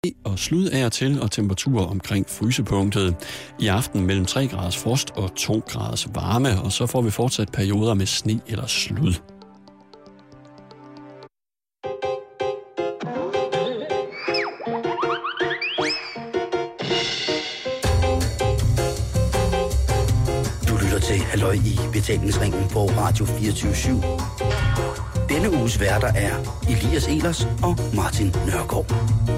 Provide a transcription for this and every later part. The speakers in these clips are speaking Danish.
Og slud af og til, og temperaturer omkring frysepunktet. I aften mellem 3 graders frost og 2 graders varme, og så får vi fortsat perioder med sne eller slud. Du lytter til Halløj i Betalingsringen på Radio 24/7. Denne uges værter er Elias Ehlers og Martin Nørgaard.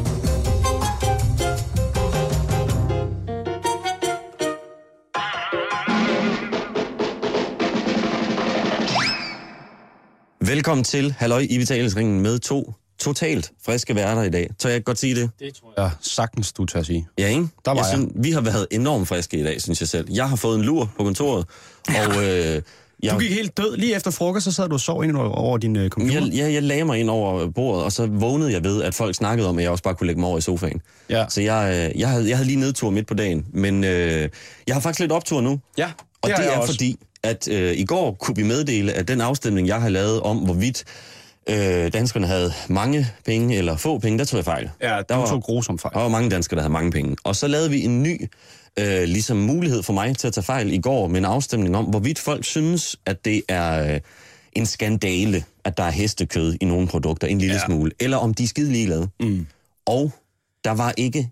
Velkommen til Halløj i Betalingsringen med 2 totalt friske værter i dag. Tør jeg godt sige det? Det tror jeg sagtens, du tør sige. Ja, ikke? Der var jeg. Vi har været enormt friske i dag, synes jeg selv. Jeg har fået en lur på kontoret, og... Du gik helt død. Lige efter frokost, så sad du og sov ind over din computer. Jeg lagde mig ind over bordet, og så vågnede jeg ved, at folk snakkede om, at jeg også bare kunne lægge mig over i sofaen. Ja. Så jeg havde lige nedtur midt på dagen, men jeg har faktisk lidt optur nu. Ja, og det er også fordi, at i går kunne vi meddele, at den afstemning, jeg har lavet om, hvorvidt danskerne havde mange penge eller få penge, der tog jeg fejl. Ja, der var grusomt fejl. Der var mange danskere, der havde mange penge. Og så lavede vi en ny ligesom mulighed for mig til at tage fejl i går med en afstemning om, hvorvidt folk synes, at det er en skandale, at der er hestekød i nogle produkter, en lille smule, eller om de er skide ligeglade. Og der var ikke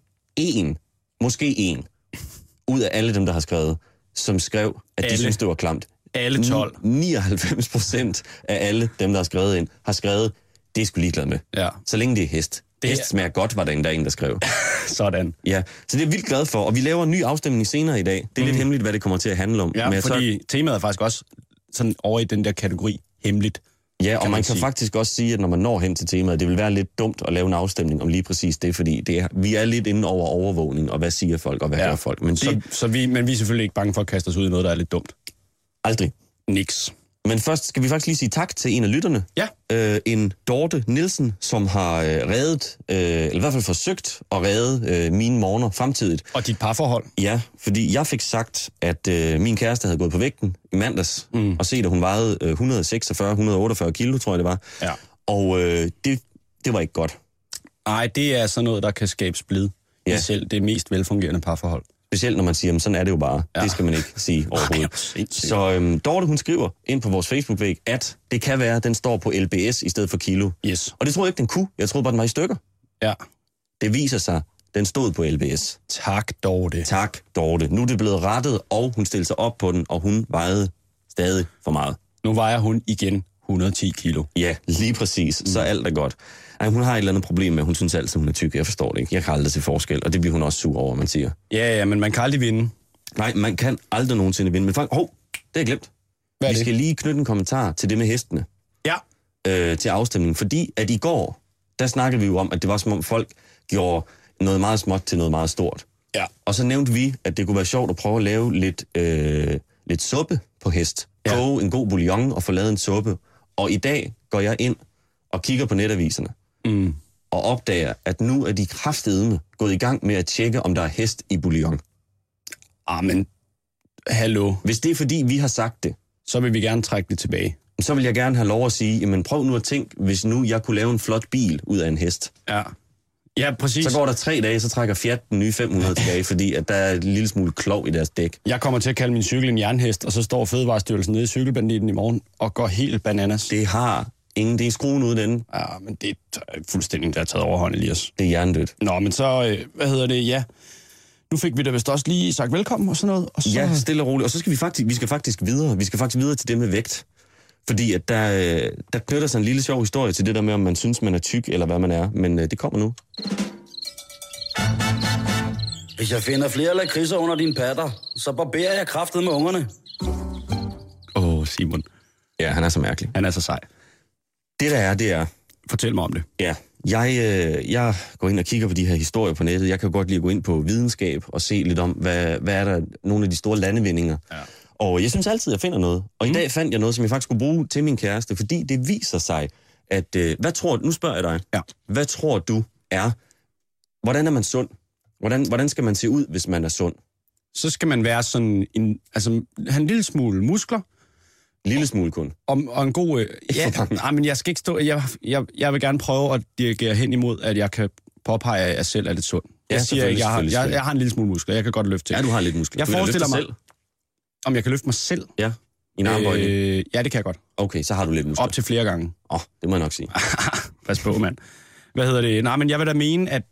måske en, ud af alle dem, der har skrevet, som skrev, at de synes, det var klamt. Alle 12. 99% af alle dem, der har skrevet ind, har skrevet, det er sgu ligeglad med. Ja. Så længe det er hest. Hest smager godt, var der en, der skrev. Sådan. Ja, så det er jeg vildt glad for. Og vi laver en ny afstemning senere i dag. Det er lidt hemmeligt, hvad det kommer til at handle om. Ja, men fordi temaet er faktisk også sådan over i den der kategori hemmeligt. Ja, og man kan faktisk også sige, at når man når hen til temaet, det vil være lidt dumt at lave en afstemning om lige præcis det, fordi vi er lidt inde over overvågning, og hvad siger folk, og hvad gør folk. Men men vi er selvfølgelig ikke bange for at kaste os ud i noget, der er lidt dumt. Aldrig. Niks. Men først skal vi faktisk lige sige tak til en af lytterne. Ja. En Dorte Nielsen, som har reddet, eller i hvert fald forsøgt at redde mine morgener fremtidigt. Og dit parforhold. Ja, fordi jeg fik sagt, at min kæreste havde gået på vægten i mandags, og set, at hun vejede 146-148 kilo, tror jeg det var. Ja. Og det var ikke godt. Nej, det er sådan noget, der kan skabe splid i selv det mest velfungerende parforhold. Specielt når man siger, sådan er det jo bare. Ja. Det skal man ikke sige overhovedet. Så Dorte, hun skriver ind på vores Facebook-væg, at det kan være, at den står på LBS i stedet for kilo. Yes. Og det troede jeg ikke, den kunne. Jeg troede bare, den var i stykker. Ja. Det viser sig, den stod på LBS. Tak, Dorte. Tak, Dorte. Nu er det blevet rettet, og hun stillede sig op på den, og hun vejede stadig for meget. Nu vejer hun igen 110 kilo. Ja, lige præcis. Så alt er godt. Ej, hun har et eller andet problem med, hun synes altid, hun er tyk. Jeg forstår det ikke. Jeg kan aldrig se forskel, og det bliver hun også sur over, man siger. Ja, men man kan aldrig vinde. Nej, man kan aldrig nogensinde vinde. Men det er glemt. Vi skal lige knytte en kommentar til det med hestene. Ja. Til afstemningen. Fordi at i går, der snakkede vi jo om, at det var som om folk gjorde noget meget småt til noget meget stort. Ja. Og så nævnte vi, at det kunne være sjovt at prøve at lave lidt suppe på hest. Koge en god bouillon og få lavet en suppe. Og i dag går jeg ind og kigger på netaviserne. Og opdager, at nu er de kraftedeme gået i gang med at tjekke, om der er hest i bouillon. Men hallo. Hvis det er fordi, vi har sagt det, så vil vi gerne trække det tilbage. Så vil jeg gerne have lov at sige, jamen prøv nu at tænke, hvis nu jeg kunne lave en flot bil ud af en hest. Ja, præcis. Så går der 3 dage, så trækker Fiat den nye 500 tilbage, fordi at der er en lille smule klov i deres dæk. Jeg kommer til at kalde min cykel en jernhest, og så står Fødevarestyrelsen nede i cykelbanditten i morgen og går helt bananas. Det har ingen, det er skruen ud den. Ja, men det er fuldstændig, der er taget overhånd, Elias. Det er hjernedødt. Nå, men så, nu fik vi da vist også lige sagt velkommen og sådan noget. Og så... Ja, stille og roligt. Og så skal vi skal faktisk videre. Vi skal faktisk videre til det med vægt. Fordi at der knytter sig en lille sjov historie til det der med, om man synes, man er tyk, eller hvad man er. Men det kommer nu. Hvis jeg finder flere lakridser under dine patter, så barberer jeg kraftet med ungerne. Simon. Ja, han er så mærkelig. Han er så sej. Det er... Fortæl mig om det. Ja, jeg går ind og kigger på de her historier på nettet. Jeg kan godt lide at gå ind på videnskab og se lidt om, hvad er der nogle af de store landevindinger. Ja. Og jeg synes altid, jeg finder noget. Og i dag fandt jeg noget, som jeg faktisk skulle bruge til min kæreste, fordi det viser sig, at... nu spørger jeg dig. Ja. Hvad tror du hvordan er man sund? Hvordan skal man se ud, hvis man er sund? Så skal man være sådan have en lille smule muskler. En lille smule kun. Og en god... men jeg skal ikke stå... Jeg vil gerne prøve at dirigere hen imod, at jeg kan påpeger jeg, at jeg selv er lidt sund. Ja, Jeg siger ikke, jeg har en lille smule muskler. Jeg kan godt løfte ting. Ja, du har lidt muskler. Jeg forestiller mig, om jeg kan løfte mig selv. Ja, i en armbøjning. Ja, det kan jeg godt. Okay, så har du lidt muskler. Op til flere gange. Det må jeg nok sige. Pas på, mand. Hvad hedder det? Nej, men jeg vil da mene, at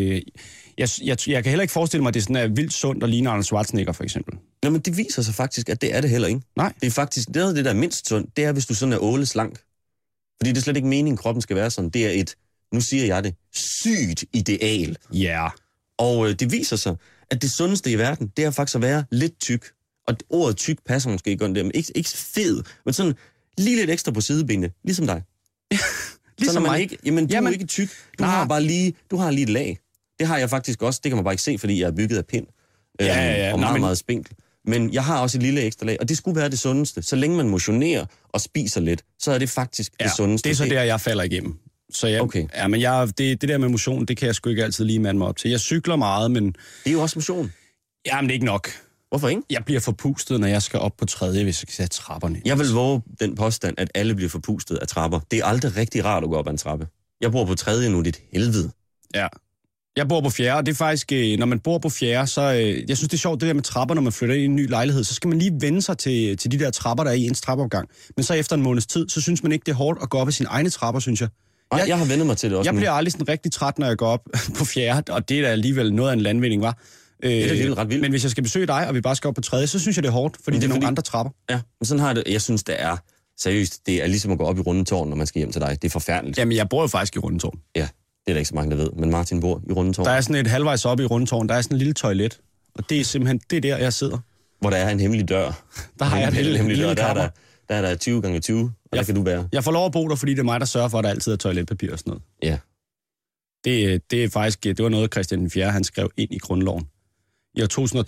jeg kan heller ikke forestille mig, at det sådan er vildt sundt at ligne Arnold Schwarzenegger, for eksempel. Nå, men det viser sig faktisk, at det er det heller ikke. Nej. Det er faktisk, det der er mindst sundt, det er, hvis du sådan er åleslank. Fordi det er slet ikke meningen, kroppen skal være sådan. Det er et, nu siger jeg det, sygt ideal. Ja. Yeah. Og det viser sig, at det sundeste i verden, det er faktisk at være lidt tyk. Og ordet tyk passer måske ikke under det, men ikke fed, men sådan lige lidt ekstra på sidebenene, ligesom dig. Ligesom mig. Ikke, jamen, du er ikke tyk. Du har lige et lag. Det har jeg faktisk også. Det kan man bare ikke se, fordi jeg er bygget af pind. Og meget spinkel. Men jeg har også et lille ekstra lag, og det skulle være det sundeste. Så længe man motionerer og spiser lidt, så er det faktisk det sundeste. Det er så der, jeg falder igennem. Så men det der med motion, det kan jeg sgu ikke altid lige mande mig op til. Jeg cykler meget, men... Det er jo også motion. Jamen, det er ikke nok. Hvorfor ikke? Jeg bliver forpustet, når jeg skal op på tredje, hvis jeg kan sætte trapperne. Jeg vil våge den påstand, at alle bliver forpustet af trapper. Det er aldrig rigtig rart at gå op ad en trappe. Jeg bor på tredje nu, det er et helvede. Ja. Jeg bor på fjerde, og det er faktisk, når man bor på fjerde, så... jeg synes, det er sjovt, det der med trapper, når man flytter ind i en ny lejlighed, så skal man lige vende sig til de der trapper, der er i ens trappeopgang. Men så efter en måneds tid, så synes man ikke, det er hårdt at gå op ad sine egne trapper, synes jeg. Jeg har vendt mig til det også. Jeg bliver aldrig sådan rigtig træt, når jeg går op på fjerde, og det er da alligevel noget af en landvinding, var. Det er ret vildt. Men hvis jeg skal besøge dig, og vi bare skal op på tredje, så synes jeg, det er hårdt, fordi det er nogle andre trapper. Ja, men sådan har jeg det. Jeg synes, det er seriøst. Det er ligesom at gå op i Rundetårn, når man skal hjem til dig. Det er forfærdeligt. Jamen, jeg bor jo faktisk i Rundetårn. Ja, det er der ikke så mange, der ved. Men Martin bor i Rundetårn. Der er sådan et halvvejs oppe i Rundetårn. Der er sådan en lille toilet. Og det er simpelthen, det er der, jeg sidder. Hvor der er en hemmelig dør. Der har jeg en hemmelig dør. Der er der 20 gange 20, og der kan du være. Jeg får lov at bo der, fordi det er mig, der sørger for, at der altid er toiletpapir og sådan noget. Ja. Det er faktisk, det var noget, Christian 4. han skrev ind i grundloven. I år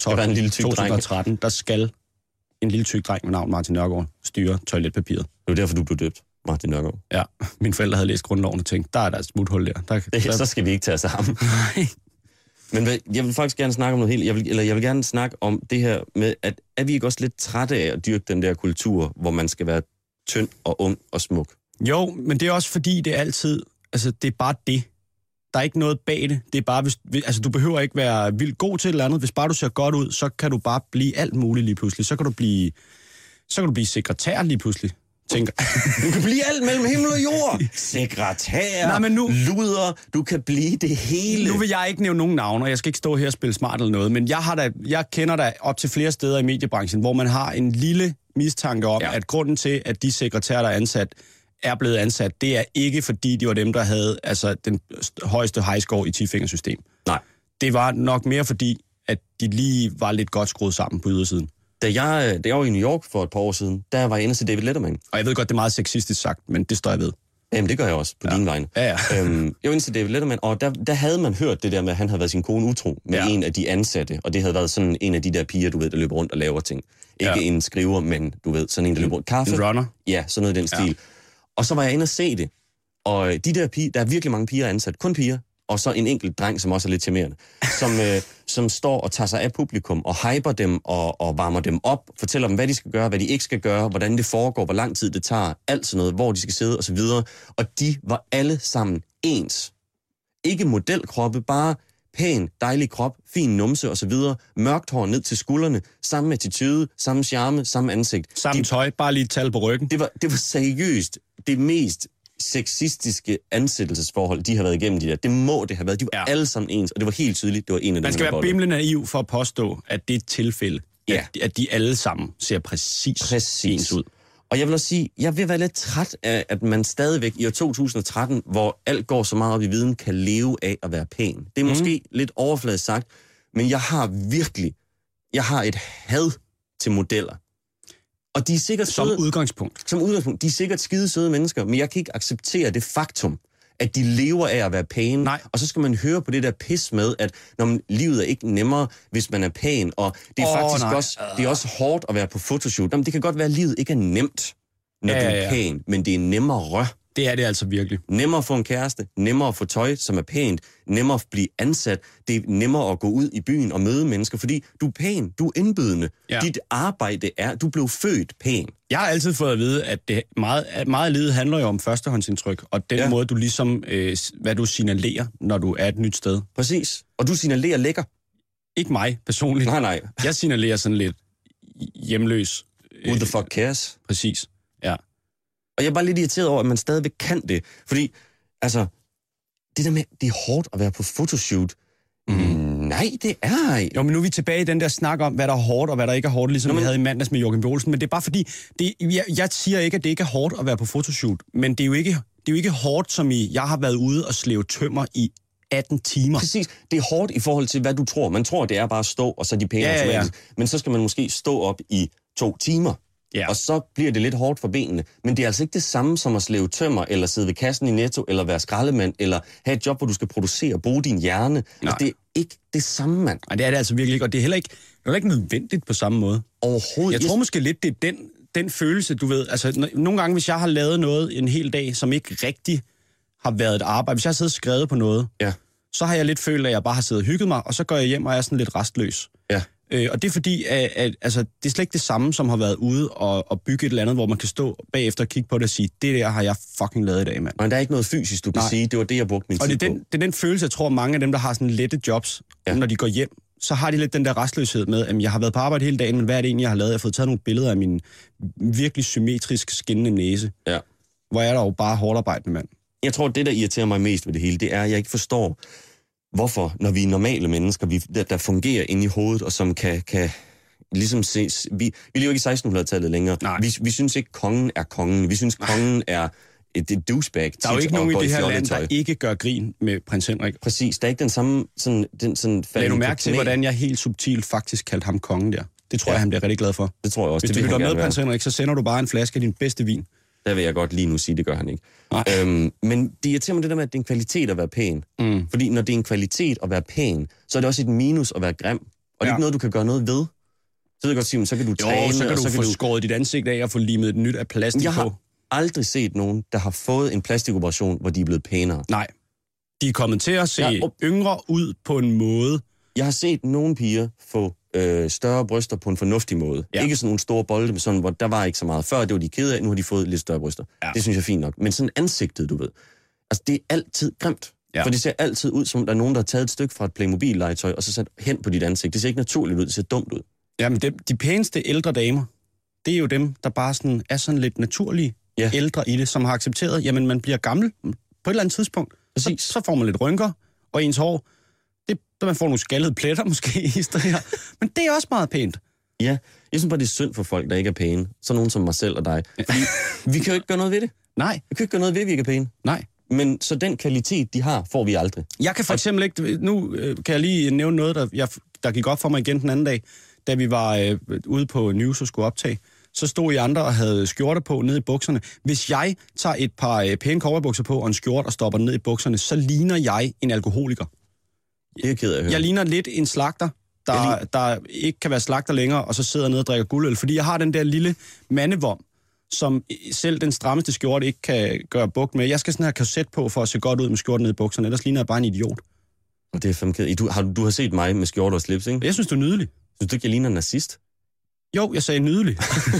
2012-2013, der skal en lille tyk dreng med navn Martin Nørgaard styre toiletpapiret. Det var derfor, du blev døbt, Martin Nørgaard. Ja, mine forældre havde læst grundloven og tænkt, der er der et smuthul der. Så skal vi ikke tage os sammen. Nej. Men jeg vil faktisk gerne snakke om noget helt. Jeg vil gerne snakke om det her med, at er vi ikke også lidt trætte af at dyrke den der kultur, hvor man skal være tynd og ung og smuk? Jo, men det er også fordi, det er altid, altså det er bare det. Der er ikke noget bag det. Det er bare, altså du behøver ikke være vildt god til et eller andet. Hvis bare du ser godt ud, så kan du bare blive alt muligt lige pludselig. Så kan du blive sekretær lige pludselig. Tænker. Du kan blive alt mellem himmel og jord. Sekretær, nej, men nu, luder, du kan blive det hele. Nu vil jeg ikke nævne nogen navne, og jeg skal ikke stå her og spille smart eller noget, men jeg kender da op til flere steder i mediebranchen, hvor man har en lille mistanke om, at grunden til, at de sekretærer, der er blevet ansat, det er ikke fordi, de var dem, der havde den højeste highscore i 10-fingersystem. Nej. Det var nok mere fordi, at de lige var lidt godt skruet sammen på ydersiden. Da jeg var i New York for et par år siden, der var jeg inde til David Letterman. Og jeg ved godt, det er meget sexistisk sagt, men det står jeg ved. Jamen, det gør jeg også på din vegne. Ja. Jeg var inde til David Letterman, og der havde man hørt det der med, at han havde været sin kone utro med en af de ansatte, og det havde været sådan en af de der piger, du ved, der løber rundt og laver ting. Ikke en skriver, men du ved, sådan en, der løber rundt. Kaffe. En runner. Ja, sådan noget i den stil. Og så var jeg inde og se det, og de der piger, der er virkelig mange piger ansat, kun piger, og så en enkelt dreng, som også er lidt charmerende, som står og tager sig af publikum og hyper dem og varmer dem op, fortæller dem, hvad de skal gøre, hvad de ikke skal gøre, hvordan det foregår, hvor lang tid det tager, alt sådan noget, hvor de skal sidde osv. Og de var alle sammen ens. Ikke modelkroppe, bare pæn, dejlig krop, fin numse osv. Mørkt hår ned til skuldrene, samme attitude, samme charme, samme ansigt. Samme tøj, bare lige et tal på ryggen. Det var seriøst det mest sexistiske ansættelsesforhold, de har været igennem de der. Det må det have været. De var alle sammen ens, og det var helt tydeligt, det var en af dem. Man skal være bimlende naiv for at påstå, at det er et tilfælde. Ja. At de alle sammen ser præcis ens ud. Og jeg vil også sige, jeg vil være lidt træt af, at man stadigvæk i år 2013, hvor alt går så meget op i viden, kan leve af at være pæn. Det er måske lidt overfladisk sagt, men jeg har et had til modeller. Og de er sikkert som udgangspunkt. De er sikkert skide søde mennesker, men jeg kan ikke acceptere det faktum, at de lever af at være pæne. Nej. Og så skal man høre på det der pis med, at livet er ikke nemmere, hvis man er pæn. Og det er faktisk også, det er også hårdt at være på fotoshoot. Jamen, det kan godt være, at livet ikke er nemt, når du er pæn, men det er nemmere. Det er det altså virkelig. Nemmere at få en kæreste, nemmere at få tøj, som er pænt, nemmere at blive ansat. Det er nemmere at gå ud i byen og møde mennesker, fordi du er pæn, du er indbydende. Ja. Dit arbejde er, du blev født pæn. Jeg har altid fået at vide, at det meget af livet handler jo om førstehåndsindtryk, og den måde, du ligesom, hvad du signalerer, når du er et nyt sted. Præcis. Og du signalerer lækker. Ikke mig personligt. Nej. Jeg signalerer sådan lidt hjemløs. Who the fuck cares? Præcis, ja. Og jeg er bare lidt irriteret over, at man stadigvæk kan det. Fordi, altså, det der med, det er hårdt at være på fotoshoot. Nej, det er ej. Jo, men nu er vi tilbage i den der snak om, hvad der er hårdt og hvad der ikke er hårdt, ligesom vi havde i mandags med Joachim B. Olsen. Men det er bare fordi, jeg siger ikke, at det ikke er hårdt at være på fotoshoot. Men det er jo ikke hårdt, som jeg har været ude og slæve tømmer i 18 timer. Præcis. Det er hårdt i forhold til, hvad du tror. Man tror, det er bare at stå, og så er de pæne automatisk. Men så skal man måske stå op i 2 timer. Ja. Og så bliver det lidt hårdt for benene. Men det er altså ikke det samme som at slæve tømmer, eller sidde ved kassen i Netto, eller være skraldemand, eller have et job, hvor du skal producere og bruge din hjerne. Altså, det er ikke det samme, mand. Nej, det er det altså virkelig ikke. Og det er heller ikke nødvendigt på samme måde. Overhovedet. Jeg tror måske lidt, det er den følelse, du ved. Altså, nogle gange, hvis jeg har lavet noget en hel dag, som ikke rigtig har været et arbejde. Hvis jeg har siddet og skrevet på noget, så har jeg lidt følt, at jeg bare har siddet og hygget mig, og så går jeg hjem, og jeg er sådan lidt restløs. Ja. Og det er fordi, at altså, det er slet ikke det samme, som har været ude og bygge et eller andet, hvor man kan stå bagefter og kigge på det og sige, det der har jeg fucking lavet i dag, mand. Men der er ikke noget fysisk, du kan sige, det var det, jeg brugte min tid på. Og det er den følelse, jeg tror, mange af dem, der har sådan lette jobs, når de går hjem, så har de lidt den der restløshed med, at jeg har været på arbejde hele dagen, men hvad er det egentlig, jeg har lavet? Jeg har fået taget nogle billeder af min virkelig symmetrisk skinnende næse. Ja. Hvor er der jo bare hårdt arbejde, mand. Jeg tror, det, der irriterer mig mest ved det hele, det er, at jeg ikke forstår, hvorfor, når vi er normale mennesker, der fungerer inde i hovedet, og som kan ligesom ses. Vi lever ikke i 1600-tallet længere. Vi synes ikke, kongen er kongen. Vi synes, kongen er et douchebag. Der er jo ikke nogen i det her land, der ikke gør grin med prins Henrik. Præcis. Der er ikke den samme Lad du mærke til, hvordan jeg helt subtilt faktisk kaldte ham kongen der. Det tror jeg, han bliver rigtig glad for. Det tror jeg også. Hvis du lytter med, prins Henrik, så sender du bare en flaske af din bedste vin. Der vil jeg godt lige nu sige, det gør han ikke. Men det irriterer mig det der med, at det er en kvalitet at være pæn. Fordi når det er en kvalitet at være pæn, så er det også et minus at være grim. Og det er ikke noget, du kan gøre noget ved. Så ved jeg godt sige, så kan du træne. Så kan du få skåret dit ansigt af og få limet et nyt af plastik på. Jeg har aldrig set nogen, der har fået en plastikoperation, hvor de er blevet pænere. Nej. De er kommet til at se yngre ud på en måde. Jeg har set nogle piger få større bryster på en fornuftig måde. Ja. Ikke sådan nogle store bolde, sådan, hvor der var ikke så meget. Før det var de kede af, nu har de fået lidt større bryster. Ja. Det synes jeg er fint nok. Men sådan ansigtet, du ved. Altså, det er altid grimt. Ja. For det ser altid ud, som der er nogen, der har taget et stykke fra et Playmobil-legetøj, og så sat hen på dit ansigt. Det ser ikke naturligt ud, det ser dumt ud. Jamen, de pæneste ældre damer, det er jo dem, der bare sådan, er sådan lidt naturlige ældre i det, som har accepteret, jamen man bliver gammel på et eller andet tidspunkt. Så får man lidt rynker, og ens hår, man får nogle skaldede pletter måske i stedet. Men det er også meget pænt. Ja, jeg synes bare, det er synd for folk, der ikke er pæne. Så nogen som mig selv og dig. Fordi vi kan jo ikke gøre noget ved det. Nej. Vi kan jo ikke gøre noget ved, at vi ikke er pæne. Nej. Men så den kvalitet, de har, får vi aldrig. Jeg kan for eksempel ikke... Nu kan jeg lige nævne noget, der gik op for mig igen den anden dag, da vi var ude på News og skulle optage. Så stod I andre og havde skjorte på ned i bukserne. Hvis jeg tager et par pæne cowboybukser på og en skjort og stopper ned i bukserne, så ligner jeg en alkoholiker. Det er ked af at høre. Jeg ligner lidt en slagter, der ikke kan være slagter længere, og så sidder ned og drikker guldøl. Fordi jeg har den der lille mandevom, som selv den strammeste skjorte ikke kan gøre bugt med. Jeg skal sådan have korset på for at se godt ud med skjorten ned i bukserne, ellers ligner jeg bare en idiot. Og det er fandme ked. Du har set mig med skjorte og slips, ikke? Jeg synes, du er nydelig. Synes du ikke, jeg ligner en nazist? Jo, jeg sagde nydelig.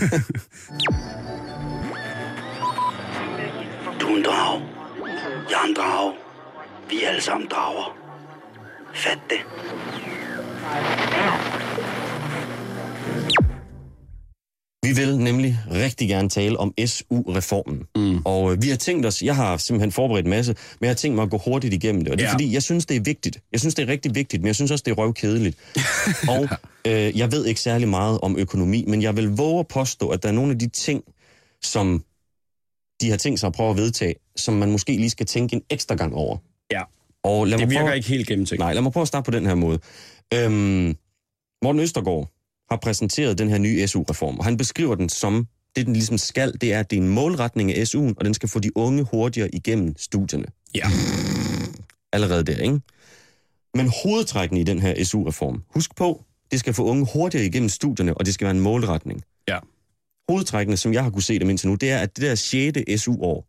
Du er en drag. Jeg er en drag. Vi er alle sammen drager. Fat det. Vi vil nemlig rigtig gerne tale om SU-reformen. Og vi har tænkt os, jeg har simpelthen forberedt en masse, men jeg har tænkt mig at gå hurtigt igennem det. Og det er fordi, jeg synes, det er vigtigt. Jeg synes, det er rigtig vigtigt, men jeg synes også, det er røvkedeligt. Og jeg ved ikke særlig meget om økonomi, men jeg vil våge at påstå, at der er nogle af de ting, som de har tænkt sig at prøve at vedtage, som man måske lige skal tænke en ekstra gang over. Ja, og det virker ikke helt gennemtænkt. Nej, lad mig prøve at starte på den her måde. Morten Østergaard har præsenteret den her nye SU-reform, og han beskriver den som, det den ligesom skal, det er, at det er en målretning af SU'en, og den skal få de unge hurtigere igennem studierne. Ja. Allerede der, ikke? Men hovedtrækken i den her SU-reform, husk på, det skal få unge hurtigere igennem studierne, og det skal være en målretning. Ja. Hovedtrækkene, som jeg har kunne se dem indtil nu, det er, at det der 6. SU-år,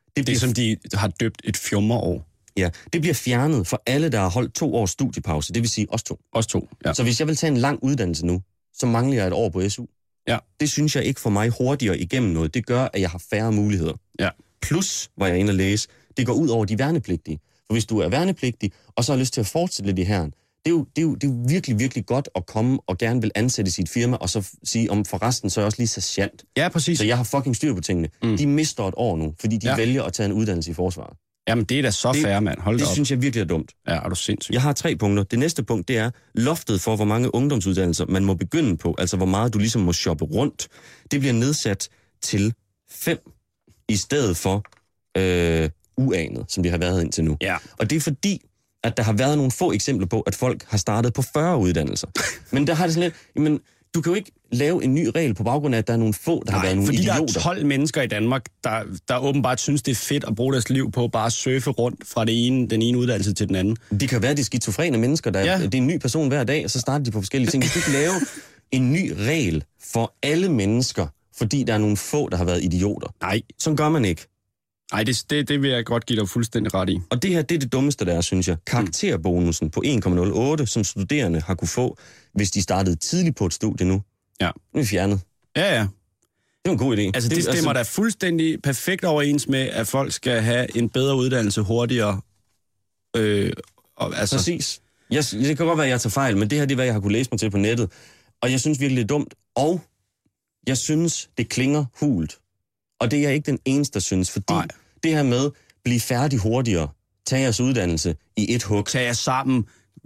Det er som de har døbt et fjummerår. Ja, det bliver fjernet for alle, der har holdt 2 års studiepause. Det vil sige os to. Os to, ja. Så hvis jeg vil tage en lang uddannelse nu, så mangler jeg et år på SU. Ja. Det synes jeg ikke får mig hurtigere igennem noget. Det gør, at jeg har færre muligheder. Ja. Plus, hvor jeg er inde og læse, det går ud over de værnepligtige. For hvis du er værnepligtig, og så har lyst til at fortsætte lidt i herren, det er jo virkelig, virkelig godt at komme og gerne vil ansætte sit firma, og så sige, om forresten, så er jeg også lige sergeant. Ja, præcis. Så jeg har fucking styr på tingene. De mister et år nu, fordi de vælger at tage en uddannelse i forsvaret. Jamen, det er da så fair, mand. Hold da op. Det synes jeg virkelig er dumt. Ja, er du sindssygt. Jeg har 3 punkter. Det næste punkt, det er loftet for, hvor mange ungdomsuddannelser man må begynde på, altså hvor meget du ligesom må shoppe rundt. Det bliver nedsat til 5, i stedet for uanet, som det har været indtil nu. Ja. Og det er fordi, at der har været nogle få eksempler på, at folk har startet på 40 uddannelser. Men der har det sådan lidt, jamen, du kan jo ikke lave en ny regel på baggrund af, at der er nogle få, der har været nogle idioter. Fordi der er 12 mennesker i Danmark, der åbenbart synes, det er fedt at bruge deres liv på bare at surfe rundt fra den ene uddannelse til den anden. Det kan være, de skizofrene mennesker, det er en ny person hver dag, og så starter de på forskellige ting. Hvis du ikke lave en ny regel for alle mennesker, fordi der er nogle få, der har været idioter. Nej. Sådan gør man ikke. Nej, det vil jeg godt give dig fuldstændig ret i. Og det her, det er det dummeste, der er, synes jeg. Karakterbonusen på 1,08, som studerende har kunne få, hvis de startede tidligt på et studie nu. Ja. Nu er fjernet. Ja. Det er en god idé. Altså, det stemmer da fuldstændig perfekt overens med, at folk skal have en bedre uddannelse hurtigere. Præcis. Det kan godt være, at jeg tager fejl, men det her det er, hvad jeg har kunne læse mig til på nettet. Og jeg synes virkelig, det er dumt. Og jeg synes, det klinger hult. Og det er jeg ikke den eneste, der synes, fordi det her med blive færdig hurtigere, tage jeres uddannelse i et hug. Tag jer sammen,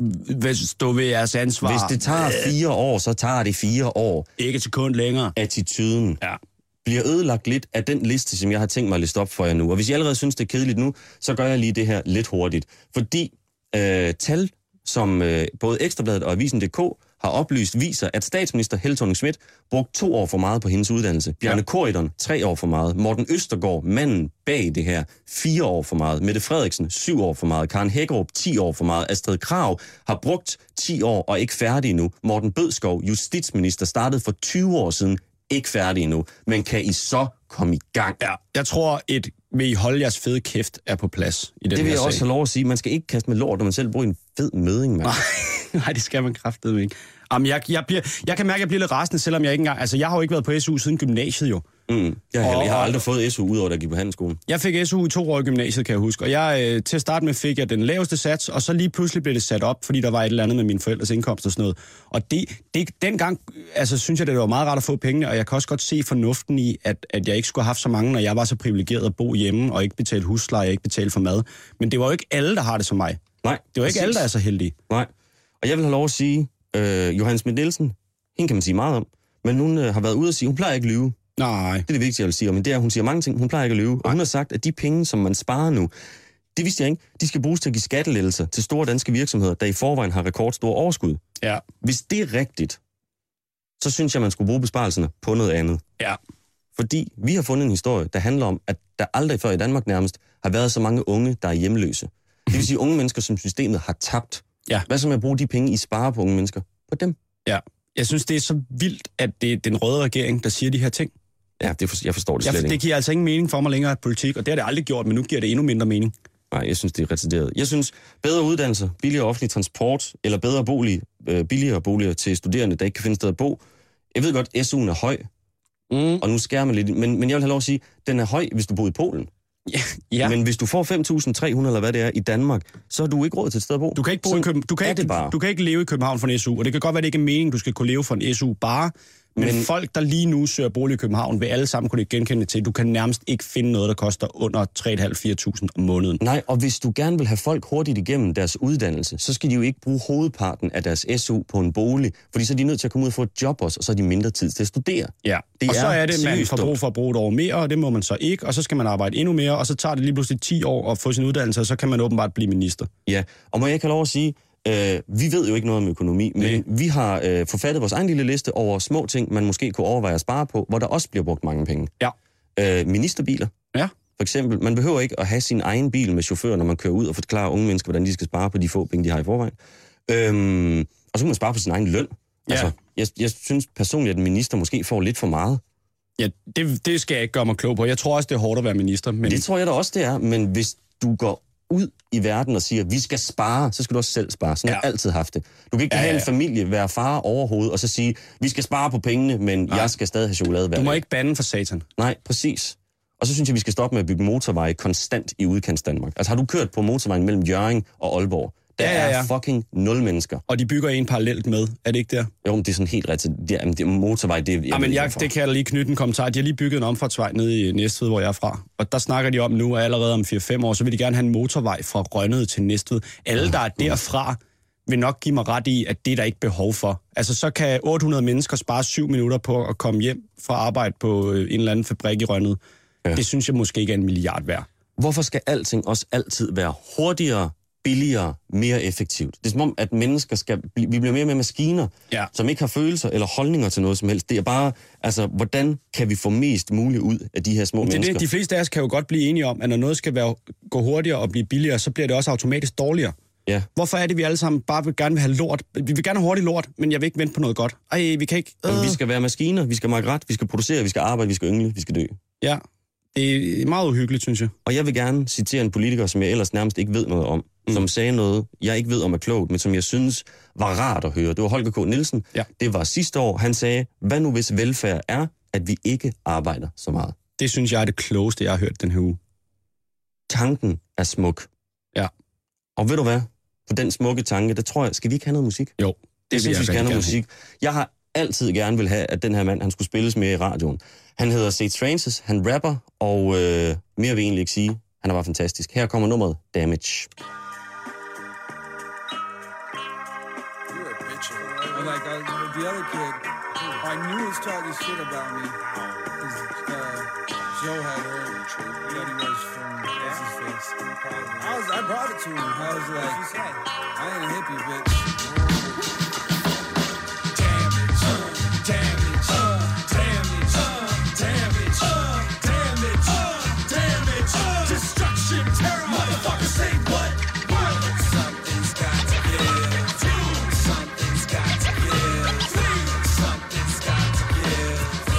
stå ved jeres ansvar. Hvis det tager 4 år, så tager det 4 år. Ikke et sekund længere. Attituden Ja. bliver ødelagt lidt af den liste, som jeg har tænkt mig at liste op for jer nu. Og hvis jeg allerede synes, det er kedeligt nu, så gør jeg lige det her lidt hurtigt. Fordi tal, som både Ekstrabladet og Avisen.dk har oplyst, viser, at statsminister Helle Thorning-Schmidt brugte 2 år for meget på hendes uddannelse. Bjarne Corydon 3 år for meget. Morten Østergaard, manden bag det her, 4 år for meget. Mette Frederiksen 7 år for meget. Karen Hækkerup 10 år for meget. Astrid Krag har brugt 10 år og ikke færdig endnu. Morten Bødskov, justitsminister, startede for 20 år siden, ikke færdig endnu. Men kan I så komme i gang? Ja, jeg tror, vil I holde jeres fede kæft er på plads i den her sag. Det vil jeg også have lov at sige. Man skal ikke kaste med lort, når man selv bruger en fed møding, mand. Nej, det skal man kraftedeme ikke. Jamen, jeg kan mærke, at jeg bliver lidt rasende, selvom jeg ikke engang... Altså, jeg har jo ikke været på SU siden gymnasiet, jo. Jeg har aldrig fået SU, udover at give på handelsskolen. Jeg fik SU i 2 år i gymnasiet, kan jeg huske. Og til at starte med fik jeg den laveste sats, og så lige pludselig blev det sat op, fordi der var et eller andet med mine forældres indkomst og sådan noget. Og dengang, altså, synes jeg, det var meget rart at få pengene, og jeg kan også godt se fornuften i, at jeg ikke skulle have haft så mange, når jeg var så privilegeret at bo hjemme, og ikke betale husleje, og ikke betale for mad. Men det var jo ikke alle, der har det som mig. Nej. Det var ikke alle, der er så heldige. Nej. Og jeg vil have lov at sige, Johannes Schmidt Nielsen, hende kan man sige meget om, men hun har været ude at sige, hun plejer ikke at lyve. Nej. Det er det vigtige, jeg vil sige om, men det er, hun siger mange ting, hun plejer ikke at lyve. Og hun har sagt, at de penge, som man sparer nu, det vidste jeg ikke, de skal bruges til at give skattelettelser til store danske virksomheder, der i forvejen har rekordstore overskud. Ja. Hvis det er rigtigt, så synes jeg, man skulle bruge besparelserne på noget andet. Ja. Fordi vi har fundet en historie, der handler om, at der aldrig før i Danmark nærmest har været så mange unge, der er hjemløse. Det vil sige unge mennesker, som systemet har tabt. Ja. Hvad så med at bruge de penge, I sparer på unge mennesker? På dem. Ja. Jeg synes, det er så vildt, at det er den røde regering, der siger de her ting. Ja, jeg forstår det slet ikke. Det giver altså ingen mening for mig længere, at politik, og det har det aldrig gjort, men nu giver det endnu mindre mening. Nej, jeg synes, det er retarderet. Jeg synes, bedre uddannelser, billigere offentlig transport, eller bedre billigere boliger til studerende, der ikke kan finde sted at bo. Jeg ved godt, SU'en er høj, og nu skærer man lidt, men jeg vil have lov at sige, den er høj, hvis du bor i Polen. Ja. Men hvis du får 5.300 eller hvad det er i Danmark, så har du ikke råd til et sted at bo. Du kan ikke bo i København. Du kan ikke leve i København for en SU, og det kan godt være, det ikke er meningen, du skal kunne leve for en SU bare. Men folk, der lige nu søger bolig i København, vil alle sammen kunne genkende til. Du kan nærmest ikke finde noget, der koster under 3.500-4.000 om måneden. Nej, og hvis du gerne vil have folk hurtigt igennem deres uddannelse, så skal de jo ikke bruge hovedparten af deres SU på en bolig, fordi så er de nødt til at komme ud og få et job også, og så er de mindre tid til at studere. Ja, og så er det, man får brug for at bruge et år mere, og det må man så ikke, og så skal man arbejde endnu mere, og så tager det lige pludselig 10 år at få sin uddannelse, og så kan man åbenbart blive minister. Ja, og må jeg ikke have lov at sige, vi ved jo ikke noget om økonomi, men vi har forfattet vores egen lille liste over små ting, man måske kunne overveje at spare på, hvor der også bliver brugt mange penge. Ja. Ministerbiler. Ja. For eksempel, man behøver ikke at have sin egen bil med chauffør, når man kører ud og forklarer unge mennesker, hvordan de skal spare på de få penge, de har i forvejen. Og så kan man spare på sin egen løn. Ja. Altså, jeg synes personligt, at en minister måske får lidt for meget. Ja, det skal jeg ikke gøre mig klog på. Jeg tror også, det er hårdt at være minister. Men... Det tror jeg da også, det er. Men hvis du går ud i verden og siger, vi skal spare, så skal du også selv spare. Sådan har jeg altid haft det. Du kan ikke have en familie, være far overhovedet, og så sige, vi skal spare på pengene, men jeg skal stadig have chokolade hver dag. Du må ikke bande for satan. Nej, præcis. Og så synes jeg, vi skal stoppe med at bygge motorveje konstant i udkants Danmark. Altså har du kørt på motorvejen mellem Hjørring og Aalborg? Der er fucking 0 mennesker. Og de bygger en parallelt med, er det ikke der? Jo, men det er sådan helt rigtigt. Det er motorvej, det er... det kan jeg lige knytte en kommentar. De har lige bygget en omfartsvej nede i Næstved, hvor jeg er fra. Og der snakker de om nu, at allerede om 4-5 år, så vil de gerne have en motorvej fra Rønnede til Næstved. Alle, der er derfra, vil nok give mig ret i, at det er der ikke behov for. Altså, så kan 800 mennesker spare 7 minutter på at komme hjem fra arbejde på en eller anden fabrik i Rønnede. Ja. Det synes jeg måske ikke er 1 milliard værd. Hvorfor skal alting også altid være hurtigere, billigere, mere effektivt? Det er som om, at mennesker vi bliver mere med maskiner, som ikke har følelser eller holdninger til noget som helst. Det er bare, altså, hvordan kan vi få mest muligt ud af de her små mennesker? De fleste af os kan jo godt blive enige om, at når noget skal gå hurtigere og blive billigere, så bliver det også automatisk dårligere. Ja. Hvorfor er det, vi alle sammen bare gerne vil have lort? Vi vil gerne have hurtigt lort, men jeg vil ikke vente på noget godt. Vi kan ikke... Vi skal være maskiner, vi skal makke ret, vi skal producere, vi skal arbejde, vi skal yngle, vi skal dø. Ja, det er meget uhyggeligt, synes jeg. Og jeg vil gerne citere en politiker, som jeg ellers nærmest ikke ved noget om, som sagde noget, jeg ikke ved om er klogt, men som jeg synes var rart at høre. Det var Holger K. Nielsen. Ja. Det var sidste år. Han sagde, hvad nu hvis velfærd er, at vi ikke arbejder så meget? Det synes jeg er det klogeste, jeg har hørt den her uge. Tanken er smuk. Ja. Og ved du hvad? På den smukke tanke, der tror jeg, skal vi ikke have noget musik? Jo. Det synes vi skal have noget musik. Jeg har altid gerne vil have, at den her mand, han skulle spilles mere i radioen. Han hedder Sage Francis, han rapper, og mere vil jeg egentlig ikke sige. Han er bare fantastisk. Her kommer nummeret Damage. Like the other kid, I knew he was talking shit about me. Joe had heard that he was from what's his face. I brought it to him. I was like, I ain't a hippie, bitch. Damage, damage, damage, damage, damage, destruction, terror. Motherfucker, say what? Something's got to give. Something's got to give. Something's got to give.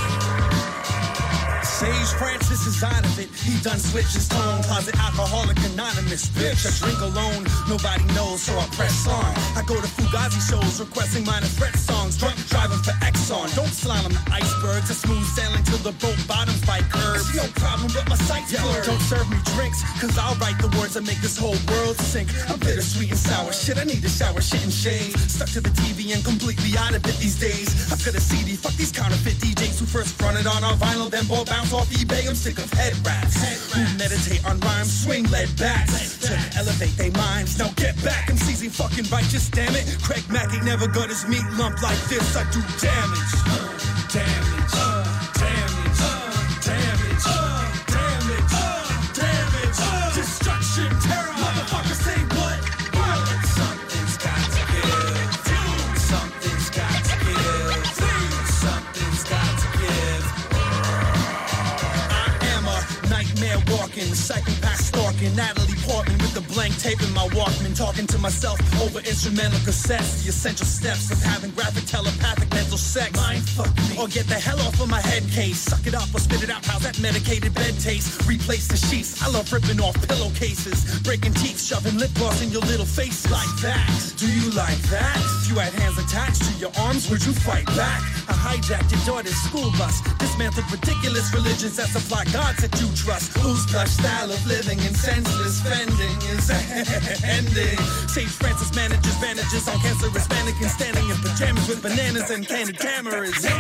Sage Francis is out of it. He done switched his tone. Closet alcoholic anonymous. Bitch, I drink alone. Nobody knows, so I press on. I go to Fugazi shows requesting minor threat songs. Drunk driving for Exxon. Don't slalom the icebergs. A smooth sailing till the boat bottoms by curves. No problem, but my sight's blurred. Don't serve me drinks, cause I'll write the words that make this whole world sink. I'm bittersweet and sour shit. I need to shower, shit and shave. Stuck to the TV and completely out of it these days. I've got a CD. Fuck these counterfeit DJs who first fronted on our vinyl, then ball bounce off eBay. I'm sick of head raps. Who meditate on rhymes, swing lead bats. To elevate they minds. Now get back. I'm seizing fucking righteous, damn it. Craig Mack ain't never got his meat lumped like this. I do damage. Damage. Damage. Damage. Damage. Damage. Destruction, terror. Motherfucker, say what? Something's got to give. Something's got to give. Something's got to give. I am a nightmare walking, psychopath stalking, Natalie Portman with the blank tape in my Walkman, talking to myself over instrumental cassettes. The essential steps of having graphic telepathic mental sex. Mind fuck me, or get the hell off of my head case. Suck it up or spit it out. How's that medicated bed taste? Replace the sheets. I love ripping off pillowcases, breaking teeth, shoving lip gloss in your little face like that. Do you like that? If you had hands attached to your arms, would you fight back? I hijacked your daughter's school bus, dismantled ridiculous religions that supply gods that you trust. Whose plush style of living and senseless fending is ending? Sage Francis manages bandages on cancerous mannequins standing in pajamas with bananas and candy cameras. You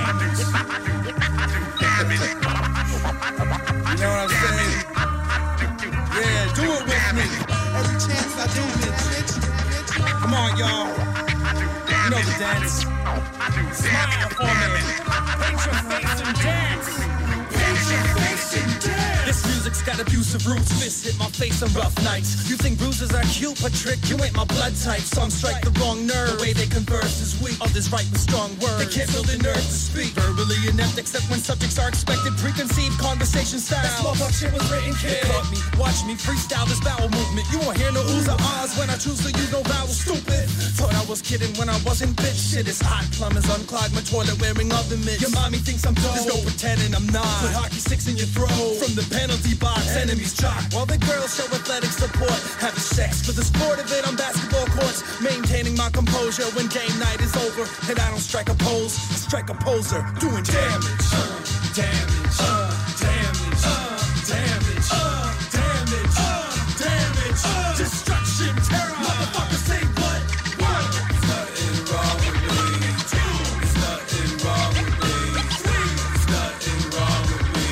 know what I'm saying? Yeah, do it with me. Every chance I do it. Come on, y'all. You know the dance. Smile for me. Paint your face and dance. This music's got abusive roots. Fists hit my face on rough nights. You think bruises are cute, but trick, you ain't my blood type. Some strike the wrong nerve. The way they converse is weak. Others write with strong words. They can't build the nerve to speak. Verbally inept, except when subjects are expected. Preconceived conversation style. That small talk shit was written, kid. They caught me, watch me freestyle this bowel movement. You won't hear no oohs or ahs when I choose to use no vowels. Stupid. Thought I was kidding when I wasn't, bitch. Shit is hot. Plumbers unclog my toilet wearing oven mitts. Your mommy thinks I'm dope. There's no pretending I'm not. Put hockey sticks in your throat. From the penalty box, enemies jock. While the girls show athletic support. Having sex for the sport of it on basketball courts. Maintaining my composure when game night is over. And I don't strike a pose, I strike a poser. Doing damage. Damage. Damage. Damage. Damage. Damage. Destruction. Terror. Motherfuckers say what? What? There's nothing wrong with me. There's nothing wrong with me. There's nothing wrong with me.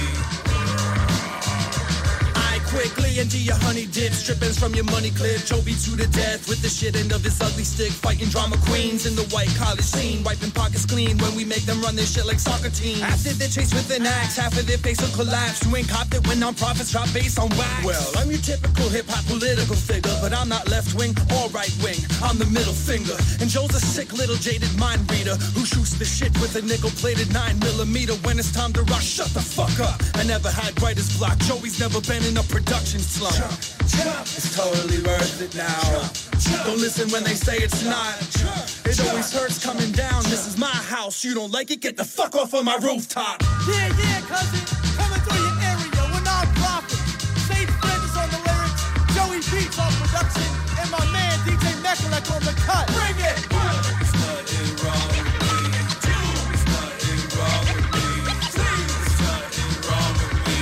I quickly into your honey dip. Strippings from your money clip. Joby to the death with the shit end of his ugly stick. Fighting drama queens in the white college scene. Wiping pockets clean when we make them run this shit like soccer teams. After they chase with an axe, half of their face will collapse. You ain't copped it when non-profits drop bass on wax. Well, I'm your typical hip-hop political figure, but I'm not left-wing or right-wing. I'm the middle finger. And Joe's a sick little jaded mind reader who shoots the shit with a nickel-plated 9mm. When it's time to rock, shut the fuck up. I never had writer's block. Joey's never been in a production slump. It's totally worth it now. Don't listen when they say it's not. It always hurts coming down. This is my house. You don't like it? Get the fuck off of my rooftop. Yeah, cousin. Coming through your area. We're non-profit. Sage Flanders on the lyrics. Joey Beats on production. And my man DJ Mechalek on the cut. Bring it! There's nothing wrong with me. There's nothing wrong with me. There's nothing wrong with me.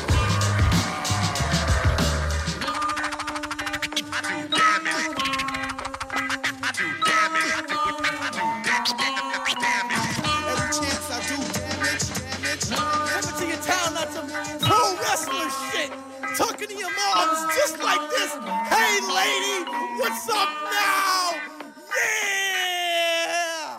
Every chance I do damage. Coming to your town on some pro wrestler shit. Talking to your moms just like this. Hey, lady, what's up now? Yeah!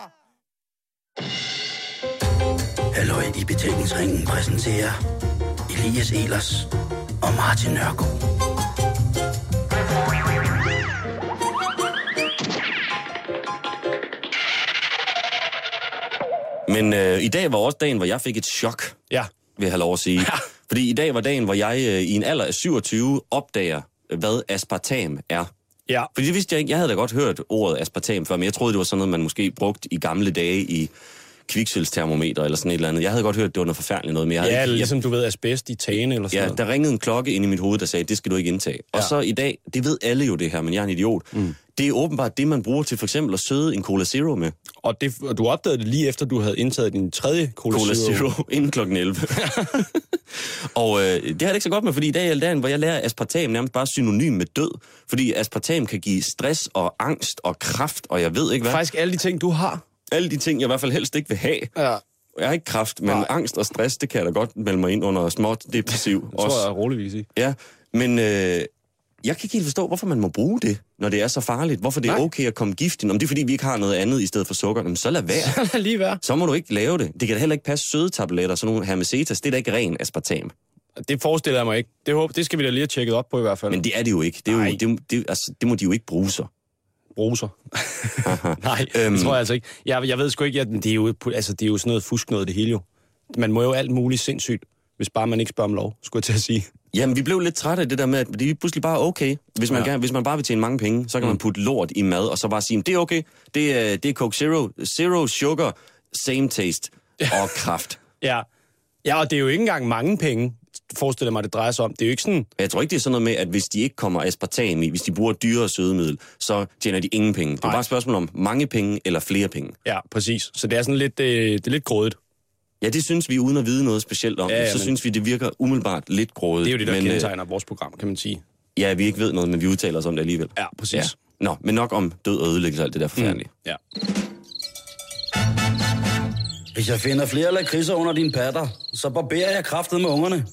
Halløj i betalingsringen præsenterer Elias Elers og Martin Nørgaard. Men i dag var også dagen, hvor jeg fik et chok, Ja. vil jeg have lov at sige. Ja. Fordi i dag var dagen, hvor jeg i en alder af 27 opdager, hvad aspartam er. Ja. Fordi det vidste jeg ikke. Jeg havde da godt hørt ordet aspartam før, men jeg troede, det var sådan noget, man måske brugte i gamle dage i kviksølvstermometer eller sådan et eller andet. Jeg havde godt hørt, det var noget forfærdeligt noget, men jeg havde Ja, ikke... ligesom du ved, asbest i tagene eller sådan Ja, noget. der ringede en klokke ind i mit hoved, der sagde, det skal du ikke indtage. Og så i dag, det ved alle jo det her, men jeg er en idiot. Det er åbenbart det, man bruger til for eksempel at søde en Cola Zero med. Og du opdagede det lige efter, du havde indtaget din tredje Cola Zero. Inden klokken 11. Og det har jeg ikke så godt med, fordi i dag er dagen, hvor jeg lærer aspartam nærmest bare synonym med død. Fordi aspartam kan give stress og angst og kræft, og jeg ved ikke hvad. Faktisk alle de ting, du har. Alle de ting, jeg i hvert fald helst ikke vil have. Ja. Jeg har ikke kræft, men angst og stress, det kan jeg da godt melde mig ind under småt depressiv. Det tror jeg roligvis i. Ja, men jeg kan ikke helt forstå, hvorfor man må bruge det, når det er så farligt. Hvorfor det er okay at komme gift ind. Om det er, fordi vi ikke har noget andet i stedet for sukker. Jamen, så lad være. Så lad lige være. Så må du ikke lave det. Det kan da heller ikke passe søde tabletter, sådan nogle hermesetas. Det er da ikke ren aspartam. Det forestiller jeg mig ikke. Det skal vi da lige have tjekket op på i hvert fald. Men det er det jo ikke. Det, er jo, det må de jo ikke bruge så. Bruser. Nej, det tror jeg altså ikke. Jeg ved sgu ikke, at det er jo sådan noget fusk noget, det hele jo. Man må jo alt muligt sindssygt, hvis bare man ikke spørger om lov, skulle jeg til at sige. Jamen, vi blev lidt trætte af det der med, at det er pludselig bare okay. Hvis man bare vil tjene mange penge, så kan man putte lort i mad, og så bare sige, det er okay. Det er Coke Zero. Zero sugar, same taste og kraft. Ja, og det er jo ikke engang mange penge, forestiller mig, det drejer sig om. Det er jo ikke sådan... Jeg tror ikke, det er sådan noget med, at hvis de ikke kommer aspartam i, hvis de bruger dyrere sødemiddel, så tjener de ingen penge. Det er bare et spørgsmål om mange penge eller flere penge. Ja, præcis. Så det er sådan lidt, det er lidt grådigt. Ja, det synes vi, uden at vide noget specielt om det, så synes vi, det virker umiddelbart lidt grådigt. Det er jo det, der kendetegner vores program, kan man sige. Ja, vi ikke ved noget, men vi udtaler os om det alligevel. Ja, præcis. Ja. Nå, men nok om død og ødelæggelse og alt det der forfærdelige. Ja. Hvis jeg finder flere lakridser under dine patter, så barberer jeg kraftet med ungerne.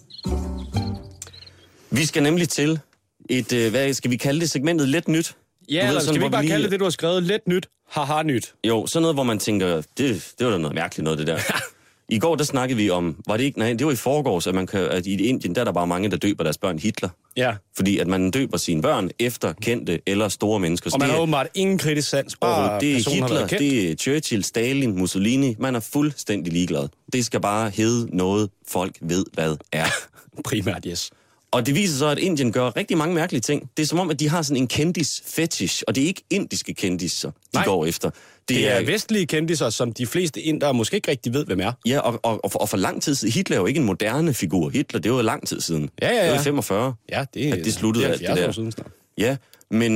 Vi skal nemlig til et, hvad skal vi kalde det, segmentet Let Nyt? Ja, eller skal vi bare kalde det, du har skrevet, Let Nyt, haha nyt? Jo, sådan noget, hvor man tænker, det var da noget mærkeligt noget, det der. I går, der snakkede vi om, var det ikke, nej, det var i forgårs, at i Indien, der er der bare mange, der døber deres børn Hitler. Ja. Fordi at man døber sine børn efter kendte eller store mennesker. Og man har åbenbart ingen kritisk sans, bare det er Hitler, kendt. det er Churchill, Stalin, Mussolini. Man er fuldstændig ligeglad. Det skal bare hedde noget, folk ved, hvad er. Primært, yes. Og det viser så, at Indien gør rigtig mange mærkelige ting. Det er som om, at de har sådan en kendis-fetish, og det er ikke indiske kendiser, de går efter. Det er vestlige kendiser, som de fleste indere måske ikke rigtig ved, hvem er. Ja, og for lang tid siden. Hitler er jo ikke en moderne figur. Hitler, det var jo lang tid siden. Ja. Det var 45. Ja, det sluttede alt det der. Siden, ja, men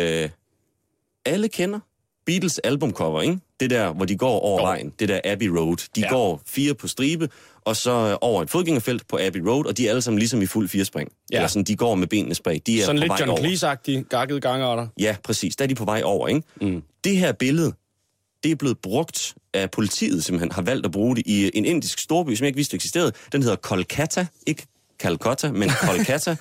alle kender Beatles albumcover, ikke? Det der, hvor de går over vejen. Det der Abbey Road. De går 4 på stribe, og så over et fodgængerfelt på Abbey Road, og de er alle sammen ligesom i fuld 4-spring. Ja. Eller sådan, de går med benene spredt. De er sådan på lidt vej John over. Cleese-agtige, gakkede gangarter. Ja, præcis. Der er de på vej over, ikke? Mm. Det her billede, det er blevet brugt af politiet, simpelthen har valgt at bruge det i en indisk storby, som jeg ikke vidste eksisterede. Den hedder Kolkata, ikke Calcutta, men Kolkata.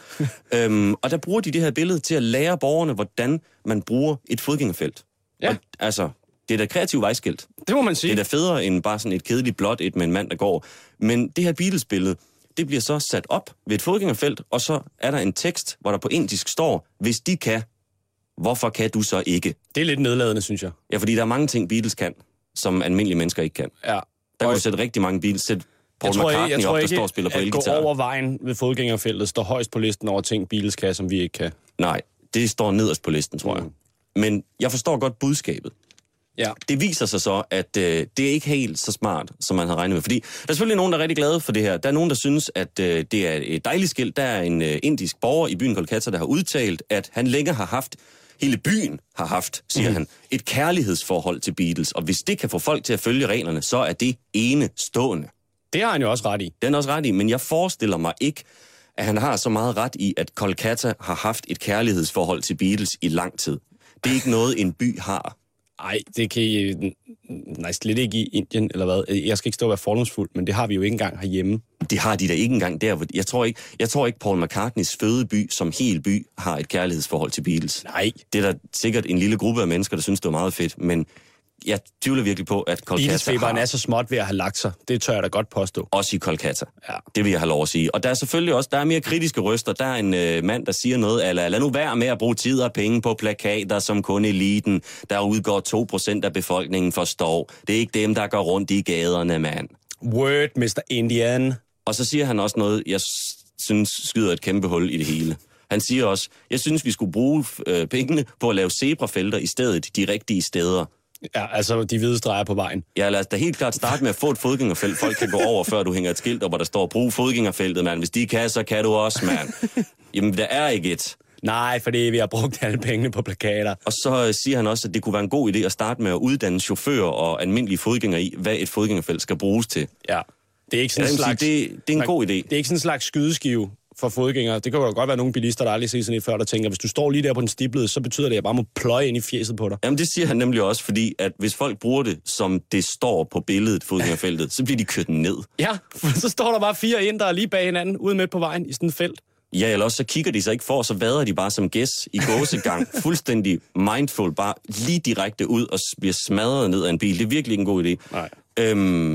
Og der bruger de det her billede til at lære borgerne, hvordan man bruger et fodgængerfelt. Ja. Og, altså, det er da kreativt vejskilt. Det må man sige. Det er da federe end bare sådan et kedeligt blåt et med en mand, der går. Men det her Beatles-billede, det bliver så sat op ved et fodgængerfelt, og så er der en tekst, hvor der på indisk står, hvis de kan, hvorfor kan du så ikke? Det er lidt nedladende, synes jeg. Ja, fordi der er mange ting, Beatles kan, som almindelige mennesker ikke kan. Ja. Der kan du sætte rigtig mange Beatles. Sæt Paul McCartney op, der står og spiller på elgitar. At gå over vejen ved fodgængerfeltet står højst på listen over ting, Beatles kan, som vi ikke kan. Nej, det står nederst på listen, tror jeg. Men jeg forstår godt budskabet. Ja. Det viser sig så, at det er ikke helt så smart, som man havde regnet med. Fordi der er selvfølgelig nogen, der er rigtig glade for det her. Der er nogen, der synes, at det er et dejligt skilt. Der er en indisk borger i byen Kolkata, der har udtalt, at han længe har haft, hele byen har haft, siger han, et kærlighedsforhold til Beatles. Og hvis det kan få folk til at følge reglerne, så er det enestående. Det har han jo også ret i. Den er også ret i, men jeg forestiller mig ikke, at han har så meget ret i, at Kolkata har haft et kærlighedsforhold til Beatles i lang tid. Det er ikke noget, en by har. Nej, det kan I... Nej, slet ikke i Indien, eller hvad. Jeg skal ikke stå og være fordomsfuld, men det har vi jo ikke engang herhjemme. Det har de da ikke engang der. Jeg tror ikke Paul McCartneys fødeby som hel by har et kærlighedsforhold til Beatles. Nej. Det er der sikkert en lille gruppe af mennesker, der synes, det er meget fedt, men jeg tvivler virkelig på, at Kolkata Beatles-feberen er så småt ved at have lagt sig. Det tør jeg da godt påstå. Også i Kolkata. Ja. Det vil jeg have lov at sige. Og der er selvfølgelig også, der er mere kritiske røster. Der er en mand, der siger noget, eller lad nu være med at bruge tid og penge på plakater, som kun eliten, der udgår 2% af befolkningen forstår. Det er ikke dem, der går rundt i gaderne, mand. Word, Mr. Indian. Og så siger han også noget, jeg synes skyder et kæmpe hul i det hele. Han siger også, jeg synes, vi skulle bruge pengene på at lave zebrafelter i stedet, de rigtige steder. Ja, altså de hvide streger på vejen. Ja, lad os da helt klart starte med at få et fodgængerfelt. Folk kan gå over, før du hænger et skilt op, hvor der står, brug fodgængerfeltet, mand. Hvis de kan, så kan du også, mand. Jamen, der er ikke et. Nej, fordi vi har brugt alle pengene på plakater. Og så siger han også, at det kunne være en god idé at starte med at uddanne chauffører og almindelige fodgængere i, hvad et fodgængerfelt skal bruges til. Ja, det er ikke sådan en slags... Det er en god idé. Det er ikke sådan en slags skydeskive for fodgængere. Det kan jo godt være nogle bilister, der aldrig ser sådan et før, der tænker, hvis du står lige der på den stiplede, så betyder det, at jeg bare må pløje ind i fjeset på dig. Jamen det siger han nemlig også, fordi at hvis folk bruger det, som det står på billedet, fodgængerfeltet, så bliver de kørt ned. Ja, for så står der bare 4 indere lige bag hinanden, ude midt på vejen i sådan et felt. Ja, eller også så kigger de sig ikke for, så vader de bare som gæs i gåsegang, fuldstændig mindful, bare lige direkte ud og bliver smadret ned af en bil. Det er virkelig ikke en god idé. Nej.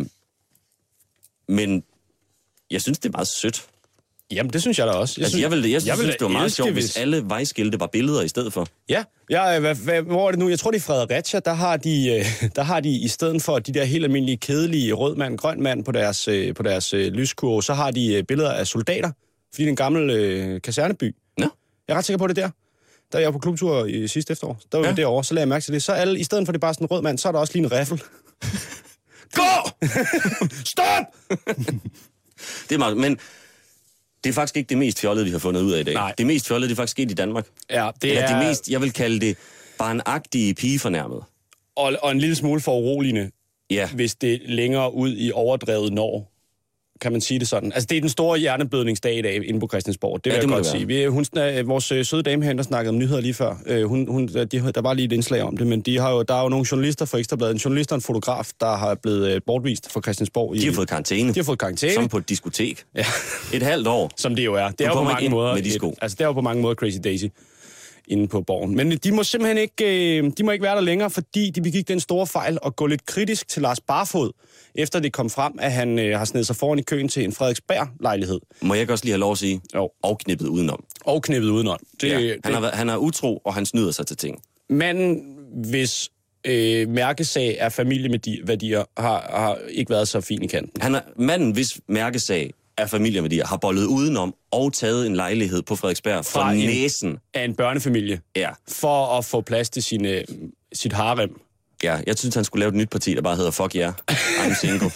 Men jeg synes, det er meget sødt. Jamen, det synes jeg da også. Jeg synes, det var meget sjovt, hvis alle vejskilte var billeder i stedet for. Ja, hvor er det nu? Jeg tror, det er Fredericia. Der har de i stedet for de der helt almindelige, kedelige rød mand, grøn mand på deres lyskurve, så har de billeder af soldater, fordi det er en gammel kaserneby. Ja. Jeg er ret sikker på det der. Da jeg var på klubtur i sidste efterår, der var vi derovre, så lagde jeg mærke til det. Så alle, i stedet for det bare sådan en rød mand, så er der også lige en riffel. Gå! Stop! Det er meget, men det er faktisk ikke det mest fjollede, vi har fundet ud af i dag. Nej. Det mest fjollede, det er faktisk sket i Danmark. Ja, det Eller er... det mest, jeg vil kalde det, barnagtige pigefornærmet. Og en lille smule for uroligende, Ja. hvis det længere ud i overdrevet når. Kan man sige det sådan? Altså, det er den store hjerneblødningsdag i dag inde på Christiansborg. Det vil jeg godt sige. Vores søde dame herinde, der snakkede om nyheder lige før, der var lige et indslag om det, men der er jo nogle journalister fra Ekstrabladet, en journalist og en fotograf, der har blevet bortvist fra Christiansborg. De har fået karantæne. De har fået karantæne. Som på et diskotek. Ja. Et halvt år. Som det jo er. Det er jo på mange måder. Med de sko. Altså, det er jo på mange måder Crazy Daisy. inde på Borgen. Men de må simpelthen ikke være der længere, fordi de begik den store fejl at gå lidt kritisk til Lars Barfod, efter det kom frem, at han har snedet sig foran i køen til en Frederiksberg-lejlighed. Må jeg også lige have lov at sige? Jo. Og knippet udenom. Og knippet udenom. Han er utro, og han snyder sig til ting. Manden, hvis mærkesag er familieværdier, har ikke været så fin i kanten. Manden, hvis mærkesag er familieværdier, har bollet udenom og taget en lejlighed på Frederiksberg fra næsen af en børnefamilie. Ja. For at få plads til sit harem. Ja, jeg synes, han skulle lave et nyt parti, der bare hedder Fuck Yeah, I'm single.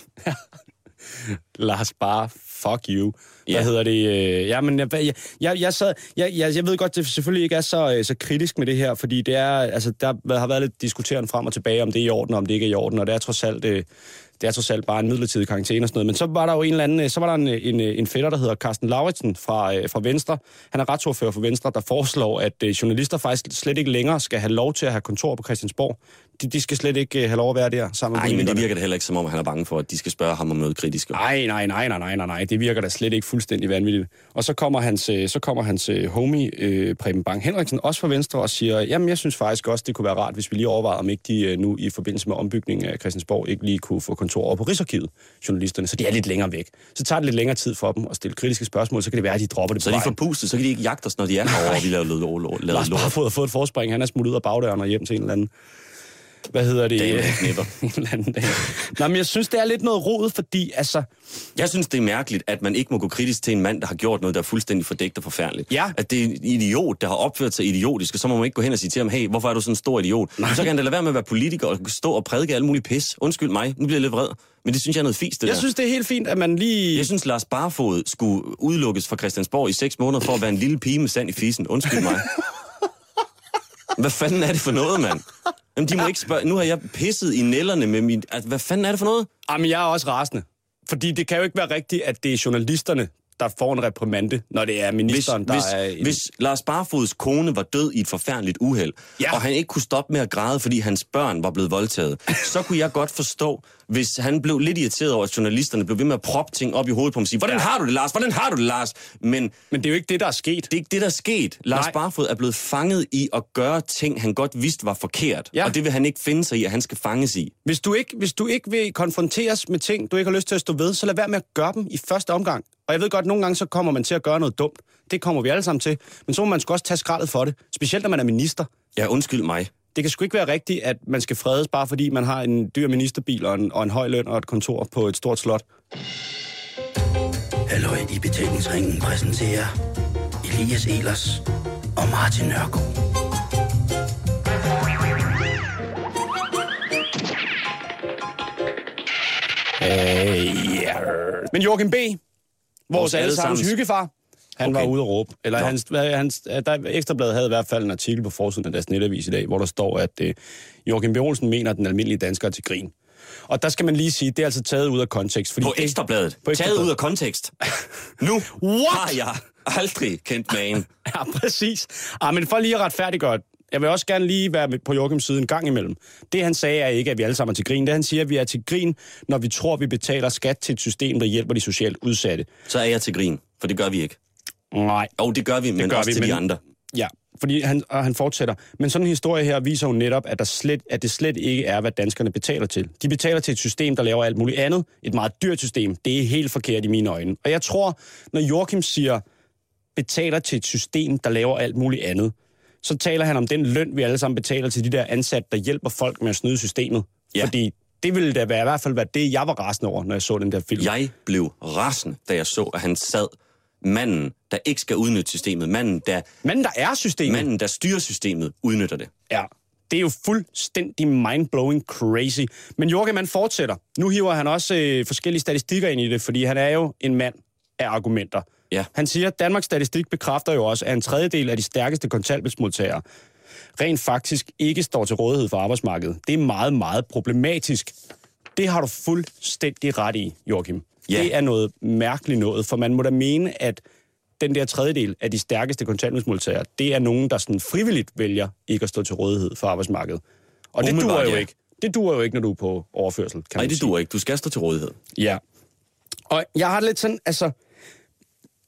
Lars Bar, fuck you. Ja. Hvad hedder det? Jeg ved godt, at det selvfølgelig ikke er så kritisk med det her, fordi det er, altså, der har været lidt diskuteret frem og tilbage, om det er i orden, og om det ikke er i orden, og det er trods alt bare en midlertidig karantæne og sådan noget. Men så var der jo en fætter, der hedder Carsten Lauritsen fra Venstre. Han er retsordfører for Venstre, der foreslår, at journalister faktisk slet ikke længere skal have lov til at have kontor på Christiansborg. De skal slet ikke have lov at være der sammen med men det virker da heller ikke, som om han er bange for, at de skal spørge ham om noget kritisk. Nej. Det virker da slet ikke fuldstændig vanvittigt. Og så kommer hans homie, Preben Bang Henriksen, også fra Venstre, og siger, jamen jeg synes faktisk også, det kunne være rart, hvis vi lige overvejede, om ikke de nu i forbindelse med ombygningen af Christiansborg ikke lige kunne få kontor over på Rigsarkivet, journalisterne, så de er lidt længere væk. Så tager det lidt længere tid for dem at stille kritiske spørgsmål, så kan det være, at de dropper det på vejen. Så de får pustet, så kan de ikke jagte os, når de er herovre, og vi laver lort. Lars Barfod har fået et forspring, han er smuttet ud af bagdøren og hjem til en eller anden. Hvad hedder det? En eller anden dag. Nå, men jeg synes, det er lidt noget rodet, fordi altså... Jeg synes, det er mærkeligt, at man ikke må gå kritisk til en mand, der har gjort noget, der er fuldstændig fordækt og forfærdeligt. Ja. At det er en idiot, der har opført sig idiotisk, og så må man ikke gå hen og sige til ham, hey, hvorfor er du sådan en stor idiot? Så kan han da lade være med at være politiker og stå og prædike alle mulige pis. Undskyld mig, nu bliver jeg lidt vred. Men det synes jeg er noget fist, det Jeg synes, det er helt fint, at man lige... Jeg synes, Lars Barfod skulle udelukkes fra Christiansborg i 6 måneder for at være en lille pige med sand i fissen. Undskyld mig. Hvad fanden er det for noget, mand? Jamen, de må ikke spørge. Nu har jeg pisset i nælderne med min... Altså, hvad fanden er det for noget? Jamen, jeg er også rasende. Fordi det kan jo ikke være rigtigt, at det er journalisterne, der får en reprimande, når det er ministeren, Hvis Lars Barfods kone var død i et forfærdeligt uheld, og han ikke kunne stoppe med at græde, fordi hans børn var blevet voldtaget, så kunne jeg godt forstå, hvis han blev lidt irriteret over, at journalisterne blev ved med at proppe ting op i hovedet på ham og sige, hvordan har du det, Lars? Hvordan har du det, Lars? Men det er jo ikke det, der er sket. Det er ikke det, der er sket. Lars Barfod er blevet fanget i at gøre ting, han godt vidste var forkert. Ja. Og det vil han ikke finde sig i, at han skal fanges i. Hvis du ikke vil konfronteres med ting, du ikke har lyst til at stå ved, så lad være med at gøre dem i første omgang. Og jeg ved godt, at nogle gange så kommer man til at gøre noget dumt. Det kommer vi alle sammen til. Men så må man sgu også tage skraldet for det. Specielt, når man er minister. Ja, undskyld mig. Det kan sgu ikke være rigtigt, at man skal fredes, bare fordi man har en dyr ministerbil og en høj løn og et kontor på et stort slot. Halløj i betalingsringen præsenterer Elias Elers og Martin Nørgaard. Men Joachim B., vores allesammens hyggefar, han var ude at råbe. Eller Ekstrabladet havde i hvert fald en artikel på forsiden af deres netavis i dag, hvor der står, at Joachim B. Olsen mener, at den almindelige dansker er til grin. Og der skal man lige sige, det er altså taget ud af kontekst. Fordi på Ekstrabladet? Taget ud af kontekst? Nu har jeg aldrig kendt magen. Ja, præcis. Men for lige at retfærdiggøre, jeg vil også gerne lige være på Joachims side en gang imellem. Det han sagde er ikke, at vi alle sammen er til grin. Det han siger, at vi er til grin, når vi tror, vi betaler skat til et system, der hjælper de socialt udsatte. Så er jeg til grin, for det gør vi ikke. Nej. Og det gør vi, men også til de andre. Ja, fordi han fortsætter. Men sådan en historie her viser jo netop, at det slet ikke er, hvad danskerne betaler til. De betaler til et system, der laver alt muligt andet. Et meget dyrt system. Det er helt forkert i mine øjne. Og jeg tror, når Joachim siger, betaler til et system, der laver alt muligt andet, så taler han om den løn, vi alle sammen betaler til de der ansatte, der hjælper folk med at snyde systemet. Ja. Fordi det ville da i hvert fald være det, jeg var rasende over, når jeg så den der film. Jeg blev rasende, da jeg så, at han sad manden, der ikke skal udnytte systemet. Manden, der er systemet. Manden, der styrer systemet, udnytter det. Ja, det er jo fuldstændig mind-blowing crazy. Men Joachim, han fortsætter. Nu hiver han også forskellige statistikker ind i det, fordi han er jo en mand af argumenter. Ja. Han siger, at Danmarks Statistik bekræfter jo også, at en tredjedel af de stærkeste kontanthjælpsmodtagere rent faktisk ikke står til rådighed for arbejdsmarkedet. Det er meget, meget problematisk. Det har du fuldstændig ret i, Joachim. Ja. Det er noget mærkeligt noget, for man må da mene, at den der tredjedel af de stærkeste kontanthjælpsmodtagere, det er nogen, der sådan frivilligt vælger ikke at stå til rådighed for arbejdsmarkedet. Og det duer jo ikke. Det duer jo ikke, når du er på overførsel, kan man sige. Nej, det duer ikke. Du skal stå til rådighed. Ja. Og jeg har det lidt sådan, altså...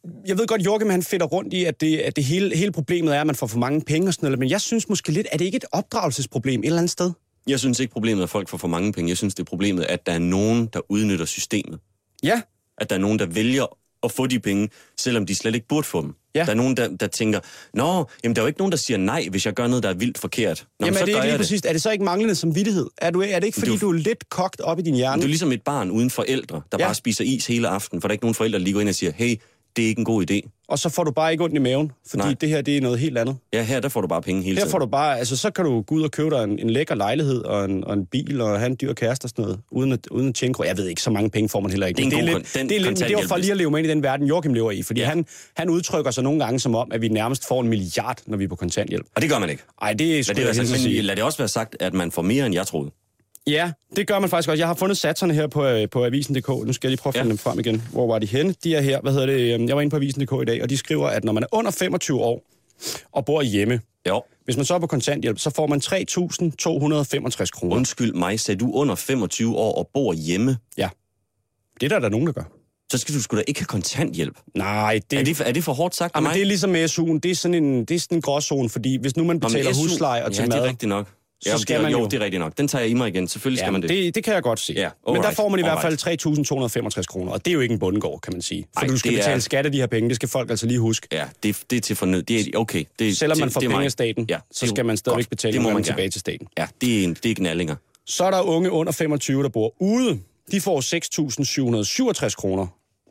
Jeg ved godt, Joachim, han fedter rundt i, at det hele problemet er, at man får for mange penge og sådan noget, men jeg synes måske lidt, at det ikke er et opdragelsesproblem et eller andet sted? Jeg synes ikke, problemet er, at folk får for mange penge. Jeg synes, det er problemet, at der er nogen, der udnytter systemet. Ja. At der er nogen, der vælger at få de penge, selvom de slet ikke burde få dem. Ja. Der er nogen, der tænker, jamen der er jo ikke nogen, der siger nej, hvis jeg gør noget, der er vildt forkert. Jamen er det ikke lige præcis? Er det så ikke manglende samvittighed? Er det ikke, fordi du er lidt kogt op i din hjerne? Du er ligesom et barn uden forældre, der bare spiser is hele aften, for der er ikke nogen forældre, der lige går ind og siger, hey, det er ikke en god idé. Og så får du bare ikke ondt i maven, fordi det her, det er noget helt andet. Ja, her der får du bare penge hele tiden. Her får du bare, altså så kan du gå ud og købe dig en lækker lejlighed og en bil og have en dyr kæreste og sådan noget, uden at tjene. Jeg ved ikke, så mange penge får man heller ikke. Det er for lige at leve med i den verden, Joachim lever i, fordi han udtrykker sig nogle gange som om, at vi nærmest får 1 milliard, når vi er på kontanthjælp. Og det gør man ikke. Nej, det er sgu da helt at sige. Lad det også være sagt, at man får mere, end jeg troede. Ja, det gør man faktisk også. Jeg har fundet satserne her på avisen.dk. Nu skal jeg lige prøve at finde dem frem igen. Hvor var de henne? De er her. Jeg var inde på avisen.dk i dag, og de skriver, at når man er under 25 år og bor hjemme, hvis man så er på kontanthjælp, så får man 3.265 kroner. Undskyld mig, sagde du under 25 år og bor hjemme? Ja. Det er der nogen, der gør. Så skal du sgu da ikke have kontanthjælp. Nej, Er det for hårdt sagt af mig? Det er ligesom med SU'en. Det er sådan en gråzone, fordi hvis nu man betaler husleje og til mad... Ja, det er rigtigt nok. Så skal man jo... det er rigtigt nok. Den tager jeg i mig igen. Selvfølgelig skal man det. Det kan jeg godt se. Ja, men der får man i hvert fald 3.265 kroner, og det er jo ikke en bundegård, kan man sige. For du skal betale skat af de her penge, det skal folk altså lige huske. Ja, det er til fornød. Det er okay. Selvom man får penge af staten, så skal man stadigvæk betale noget tilbage til staten. Ja, det er knallinger. Så er der unge under 25, der bor ude. De får 6.767 kroner.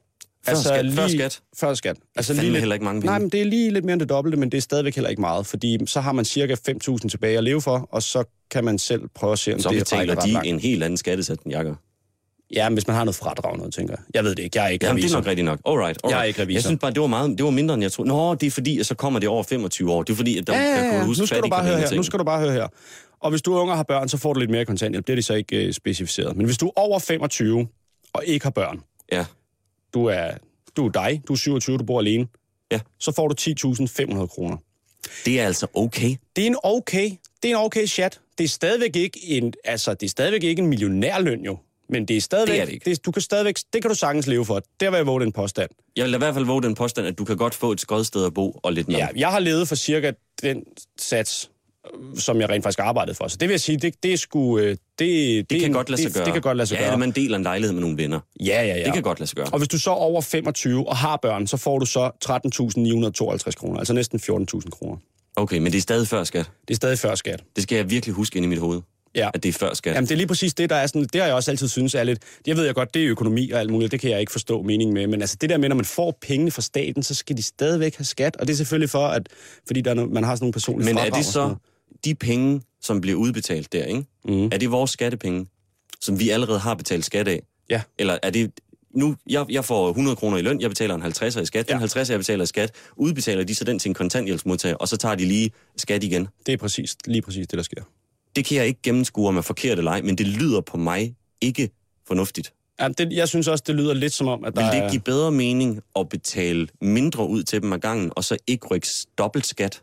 Før skat. Altså lige heller ikke mange penge. Nej, men det er lige lidt mere end det dobbelte, men det er stadigvæk heller ikke meget, fordi så har man cirka 5.000 tilbage at leve for, og så kan man selv prøve at se, om så det er ret langt. En helt anden skattesats, end jeg gør. Ja, men hvis man har noget fradrag noget, tænker jeg. Jeg ved det ikke, jeg er ikke revisor. Det er nok rigtigt nok. Alright. Jeg er ikke revisor. Jeg synes bare, det var mindre, end jeg troede. Nå, det er fordi, at så kommer det over 25 år. Det er fordi, at der kunne huske nu skal du bare høre her. Og hvis du er ung og har børn, så får du lidt mere kontanthjælp. Det er de så ikke specificeret. Men hvis du er over 25 og ikke har børn, du er dig, du er 27, du bor alene, så får du 10.500 kroner. Det er altså okay? Det er en okay chat. Det er stadigvæk ikke en millionærløn jo. Men det er stadigvæk, det kan du sagtens leve for. Der vil jeg våge den påstand. Jeg vil i hvert fald våge den påstand, at du kan godt få et skodsted at bo og lidt mad. Ja, jeg har levet for cirka den sats, som jeg rent faktisk arbejdede for. Så det vil jeg sige, det er sgu... Det kan godt lade sig gøre. Det kan godt lade sig gøre. Ja, man deler en lejlighed med nogle venner. Ja. Det kan godt lade sig gøre. Og hvis du så er over 25 og har børn, så får du så 13.952 kroner. Altså næsten 14.000 kroner. Okay, men det er stadig før skat? Det er stadig før skat. Det skal jeg virkelig huske ind i mit hoved. Ja. At det er før skat. Jamen, det er lige præcis det, der er sådan... Det har jeg også altid synes er lidt... Jeg ved godt, det er økonomi og alt muligt. Det kan jeg ikke forstå meningen med. Men altså det der med, når man får pengene fra staten, så skal de stadigvæk have skat. Og det er selvfølgelig fordi man har sådan nogle personlige fradrag. Men er det så de penge, som bliver udbetalt der, ikke? Mm. Er det vores skattepenge, som vi allerede har betalt skat af? Ja. Eller er det... Nu, jeg får 100 kroner i løn, jeg betaler en 50'er i skat. Den 50'er, jeg betaler i skat, udbetaler de så den til en kontanthjælpsmodtager, og så tager de lige skat igen. Det er lige præcis det, der sker. Det kan jeg ikke gennemskue om er forkert eller ej, men det lyder på mig ikke fornuftigt. Ja, jeg synes også, det lyder lidt som om, at der vil det ikke give bedre mening at betale mindre ud til dem ad gangen, og så ikke rykke dobbelt skat?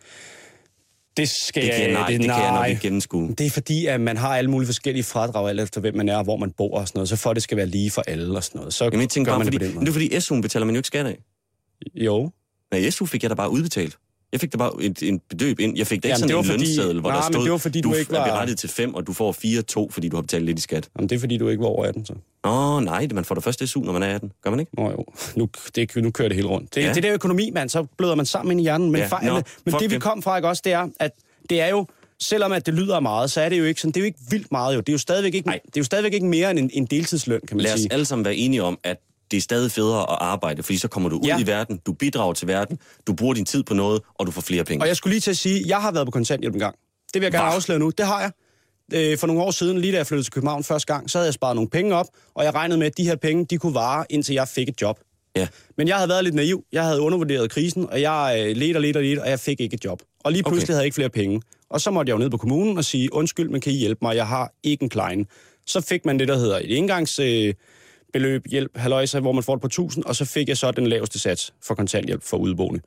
Det kan jeg nok ikke gennemskue. Det er fordi, at man har alle mulige forskellige fradrag, alt efter hvem man er, og hvor man bor og sådan noget, så for det skal være lige for alle og sådan noget. Så jamen, jeg tænker bare, det er fordi SU'en betaler man jo ikke skat af. Jo. Nej, SU fik jeg da bare udbetalt. Jeg fik da bare en bedøb ind. Jeg fik da ikke sådan en lønseddel, hvor der stod, det var, fordi du ikke var... er berettiget til 5, og du får 4,2, fordi du har betalt lidt i skat. Jamen, det er fordi, du ikke var over 18, så. Nej, man får da først SU, når man er 18. Gør man ikke? Jo. Nu kører det hele rundt. Det der økonomi, mand, så bløder man sammen i hjernen. Men, men det, vi kom fra, ikke også, det er, at det er jo, selvom at det lyder meget, så er det jo ikke sådan, det er jo ikke vildt meget jo. Det er jo stadigvæk ikke mere end en deltidsløn, kan man sige. Lad os alle sammen være enige om, at det er stadig federe at arbejde, fordi så kommer du ud i verden, du bidrager til verden, du bruger din tid på noget, og du får flere penge. Og jeg skulle lige til at sige, jeg har været på kontanthjælp en gang. Det vil jeg gerne afsløre nu. Det har jeg. For nogle år siden, lige da jeg flyttede til København første gang, så havde jeg sparet nogle penge op, og jeg regnede med, at de her penge, de kunne vare, indtil jeg fik et job. Ja. Men jeg havde været lidt naiv. Jeg havde undervurderet krisen, og jeg ledte, og jeg fik ikke et job. Og lige pludselig havde jeg ikke flere penge. Og så måtte jeg jo ned på kommunen og sige, undskyld, men kan I hjælpe mig? Jeg har ikke en klein. Så fik man det, der hedder et engangsbeløb, hjælp, halløjsa, hvor man får det på 1.000, og så fik jeg så den laveste sats for kontanthjælp for udeboende.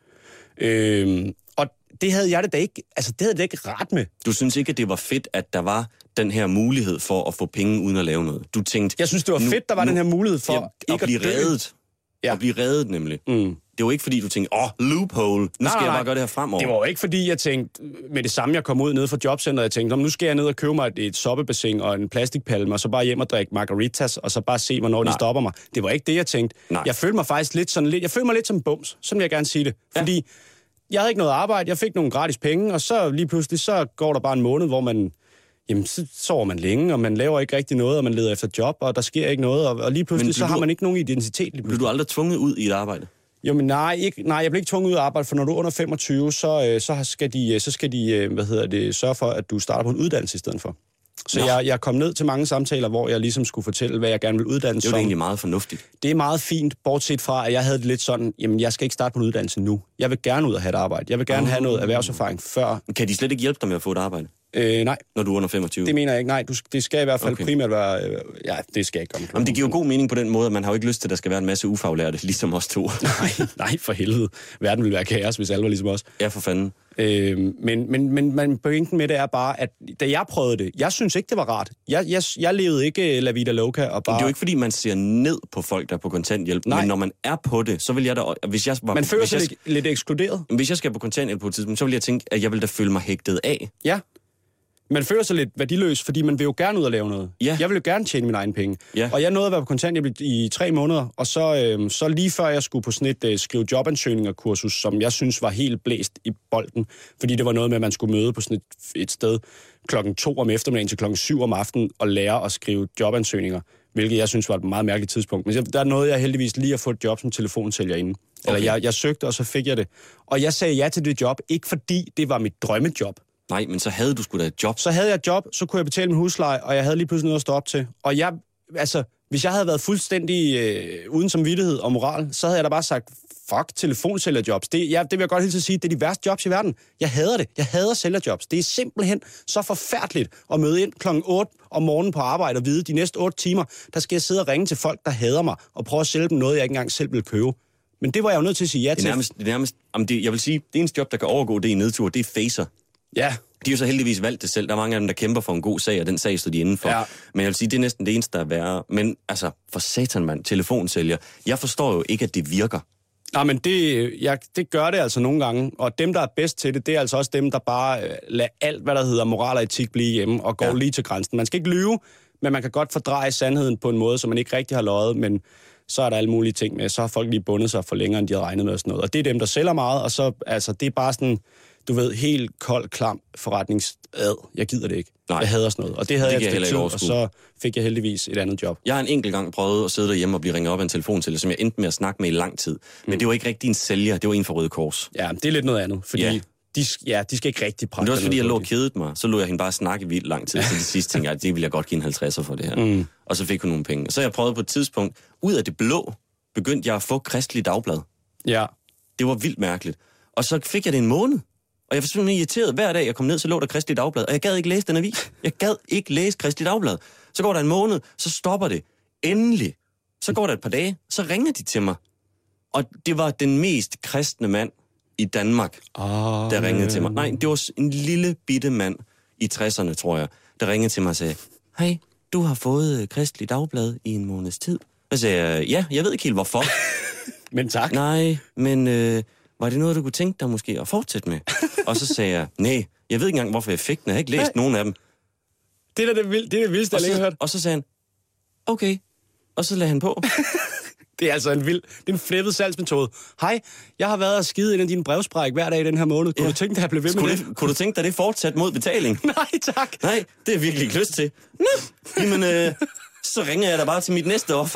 Og det havde jeg det da ikke, altså det havde det ikke ret med. Du synes ikke, at det var fedt, at der var den her mulighed for at få penge uden at lave noget? Du tænkte... Jeg synes, det var fedt, der var den her mulighed for at blive reddet. Ja. At blive reddet nemlig. det var ikke fordi, du tænkte, loophole, nu skal jeg bare gøre det her fremover. Det var jo ikke fordi, jeg tænkte, med det samme, jeg kom ud nede fra jobcenteret, jeg tænkte, nu skal jeg ned og købe mig et soppebassin og en plastikpalme, og så bare hjem og drikke margaritas, og så bare se, hvornår de stopper mig. Det var ikke det, jeg tænkte. Nej. Jeg følte mig faktisk lidt som bums, sådan vil jeg gerne sige det. Fordi jeg havde ikke noget arbejde, jeg fik nogle gratis penge, og så lige pludselig, så går der bare en måned, hvor man... Jamen, så sover man længe, og man laver ikke rigtig noget, og man leder efter job, og der sker ikke noget, og lige pludselig så har man ikke nogen identitet. Blev du aldrig tvunget ud i et arbejde? Jo, men nej, jeg blev ikke tvunget ud af arbejde, for når du er under 25, så skal de sørge for, at du starter på en uddannelse i stedet for. Så jeg kom ned til mange samtaler, hvor jeg ligesom skulle fortælle, hvad jeg gerne vil uddanne som. Det er jo egentlig meget fornuftigt. Det er meget fint, bortset fra, at jeg havde det lidt sådan, jamen jeg skal ikke starte på en uddannelse nu. Jeg vil gerne ud og have et arbejde. Jeg vil gerne have noget erhvervserfaring før. Kan de slet ikke hjælpe dig med at få et arbejde? Nej. Når du er under 25? Det mener jeg ikke, nej. Det skal i hvert fald primært være... det skal jeg ikke komme på. Jamen, det giver jo god mening på den måde, at man har jo ikke lyst til, at der skal være en masse ufaglærte, ligesom os to. nej, for helvede. Verden ville være kaos, hvis alle var ligesom os. Ja, for fanden. Men pointen med det er bare, at da jeg prøvede det, jeg synes ikke, det var rart. Jeg levede ikke La Vida Loca og bare... Det er jo ikke, fordi man ser ned på folk, der er på kontanthjælp, men når man er på det, så vil jeg da... Man føler sig lidt ekskluderet. Hvis jeg skal på kontanthjælp på et tidspunkt, så vil jeg tænke, at jeg vil da føle mig hægtet af. Ja. Man føler sig lidt værdiløs, fordi man vil jo gerne ud og lave noget. Ja. Jeg vil jo gerne tjene mine egne penge. Ja. Og jeg nåede at være på kontanthjælp i 3 måneder, og så lige før jeg skulle på sådan et skrive jobansøgninger-kursus, som jeg synes var helt blæst i bolden, fordi det var noget med, at man skulle møde på sådan et sted 2:00 om eftermiddagen til 7:00 om aftenen og lære at skrive jobansøgninger, hvilket jeg synes var et meget mærkeligt tidspunkt. Men der nåede jeg heldigvis lige at få et job som telefonsælger inde. Okay. Eller jeg søgte, og så fik jeg det. Og jeg sagde ja til det job, ikke fordi det var mit drømmejob. Nej, men så havde du sgu da et job. Så havde jeg et job, så kunne jeg betale min husleje, og jeg havde lige pludselig noget at stå op til. Og hvis jeg havde været fuldstændig uden samvittighed og moral, så havde jeg da bare sagt, fuck telefonsælgerjobs. Det vil jeg godt helt til sige, det er de værste jobs i verden. Jeg hader det. Jeg hader sælgerjobs. Det er simpelthen så forfærdeligt at møde ind 8:00 om morgenen på arbejde og vide, de næste 8 timer, der skal jeg sidde og ringe til folk, der hader mig, og prøve at sælge dem noget, jeg ikke engang selv vil købe. Men det var jeg jo nødt til at sige ja til. Jeg vil sige, det eneste job, der kan overgå det i nedtur, det er facer. Ja. De har jo så heldigvis valgt det selv. Der er mange af dem, der kæmper for en god sag, og den sag står de indenfor. Ja. Men jeg vil sige, det er næsten det eneste, der er værre. Men altså, for satan, mand, telefonsælger. Jeg forstår jo ikke, at det virker. Nej, men det gør det altså nogle gange. Og dem, der er bedst til det, det er altså også dem, der bare lader alt, hvad der hedder moral og etik, blive hjemme og går lige til grænsen. Man skal ikke lyve, men man kan godt fordreje sandheden på en måde, så man ikke rigtig har løjet, men så er der alle mulige ting med. Så har folk lige bundet sig for længere, end de havde regnet med og sådan noget. Og det er dem, der sælger meget, og så, altså, det er bare sådan... Du ved, helt kold, klam forretningsad. Jeg gider det ikke. Nej. Jeg hader sådan noget. Og det havde jeg et tid, og så fik jeg heldigvis et andet job. Jeg har en enkelt gang prøvet at sidde derhjemme og blive ringet op af en telefonsælger, som jeg endte med at snakke med i lang tid. Men det var ikke rigtig en sælger, det var en fra Røde Kors. Ja, det er lidt noget andet, fordi de skal ikke rigtig presse. Men det var også fordi, jeg lå og kedede mig. Så lå jeg hende bare snakke vildt lang tid. Så det sidste tænkte jeg, det ville jeg godt give en 50'er for det her. Og så fik hun nogle penge. Så jeg prøvede på et tidspunkt, ud af det blå, begyndte jeg at få Kristelig Dagblad. Ja. Det var vildt mærkeligt. Og så fik jeg det en måned. Og jeg var simpelthen irriteret hver dag, jeg kom ned, så lå der Kristelig Dagblad, og jeg gad ikke læse den avis. Jeg gad ikke læse Kristelig Dagblad. Så går der en måned, så stopper det. Endelig. Så går der et par dage, så ringer de til mig. Og det var den mest kristne mand i Danmark, der ringede til mig. Nej, det var en lille bitte mand i 60'erne, tror jeg, der ringede til mig og sagde, hej, du har fået Kristelig Dagblad i en måneds tid. Og så sagde jeg, ja, jeg ved ikke helt hvorfor. Men tak. Nej, men... var det noget, du kunne tænke dig måske at fortsætte med? Og så sagde jeg, nej, jeg ved ikke engang, hvorfor jeg fik den. Jeg har ikke læst nogen af dem. Det er det vildeste, jeg har hørt. Og så sagde han, okay. Og så lagde han på. Det er altså en flippet salgsmetode. Hej, jeg har været og skide ind i din brevspræk hver dag i den her måned. Kunne du tænke dig, at jeg blev ved med det? Kunne du tænke dig, det fortsat mod betaling? Nej, tak. Nej, det er virkelig ikke lyst til. Nå, jamen, så ringer jeg da bare til mit næste offer.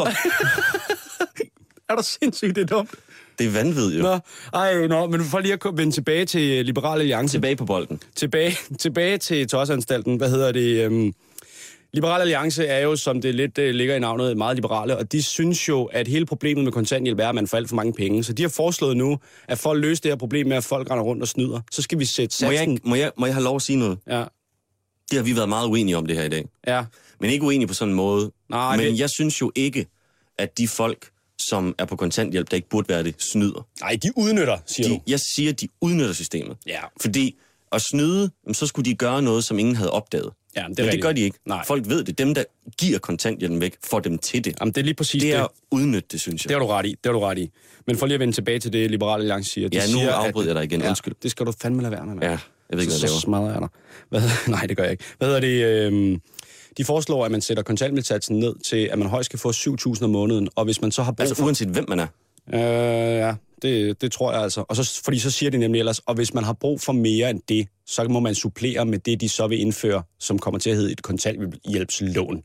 Er du sindssygt, det er dumt? Det er vanvittigt, jo. Men for lige at vende tilbage til Liberal Alliance. Tilbage på bolden. Tilbage til Tossanstalten. Hvad hedder det? Liberal Alliance er jo, som det lidt ligger i navnet, meget liberale, og de synes jo, at hele problemet med kontanthjælp er, at man får alt for mange penge. Så de har foreslået nu, at for at løse det her problem med, at folk render rundt og snyder, så skal vi sætte satsen... Må jeg have lov at sige noget? Ja. Det har vi været meget uenige om det her i dag. Ja. Men ikke uenige på sådan en måde. Nej, men jeg synes jo ikke, at de folk, som er på kontanthjælp, der ikke burde være det, snyder. Nej, de udnytter, siger du. Jeg siger, de udnytter systemet. Ja. Fordi at snyde, så skulle de gøre noget, som ingen havde opdaget. Ja, men det gør de ikke. Nej. Folk ved det. Dem, der giver kontanthjælpen væk, får dem til det. Jamen, det er lige præcis det. Det er at udnytte det, synes jeg. Det har du ret i. Men for lige at vende tilbage til det, Liberale Alliance siger. Ja, nu afbryder jeg dig igen. Undskyld. Det skal du fandme lade være med. Ja, jeg ved ikke, hvad jeg laver. Så smadrer jeg dig. Nej, det gør jeg ikke. Hvad hedder det? De foreslår, at man sætter kontanthjælpssatsen ned til, at man højst skal få 7.000 om måneden, og hvis man så har brug for... uanset hvem man er? Ja, det tror jeg altså. Og så, fordi så siger de nemlig ellers, og hvis man har brug for mere end det, så må man supplere med det, de så vil indføre, som kommer til at hedde et kontanthjælpslån.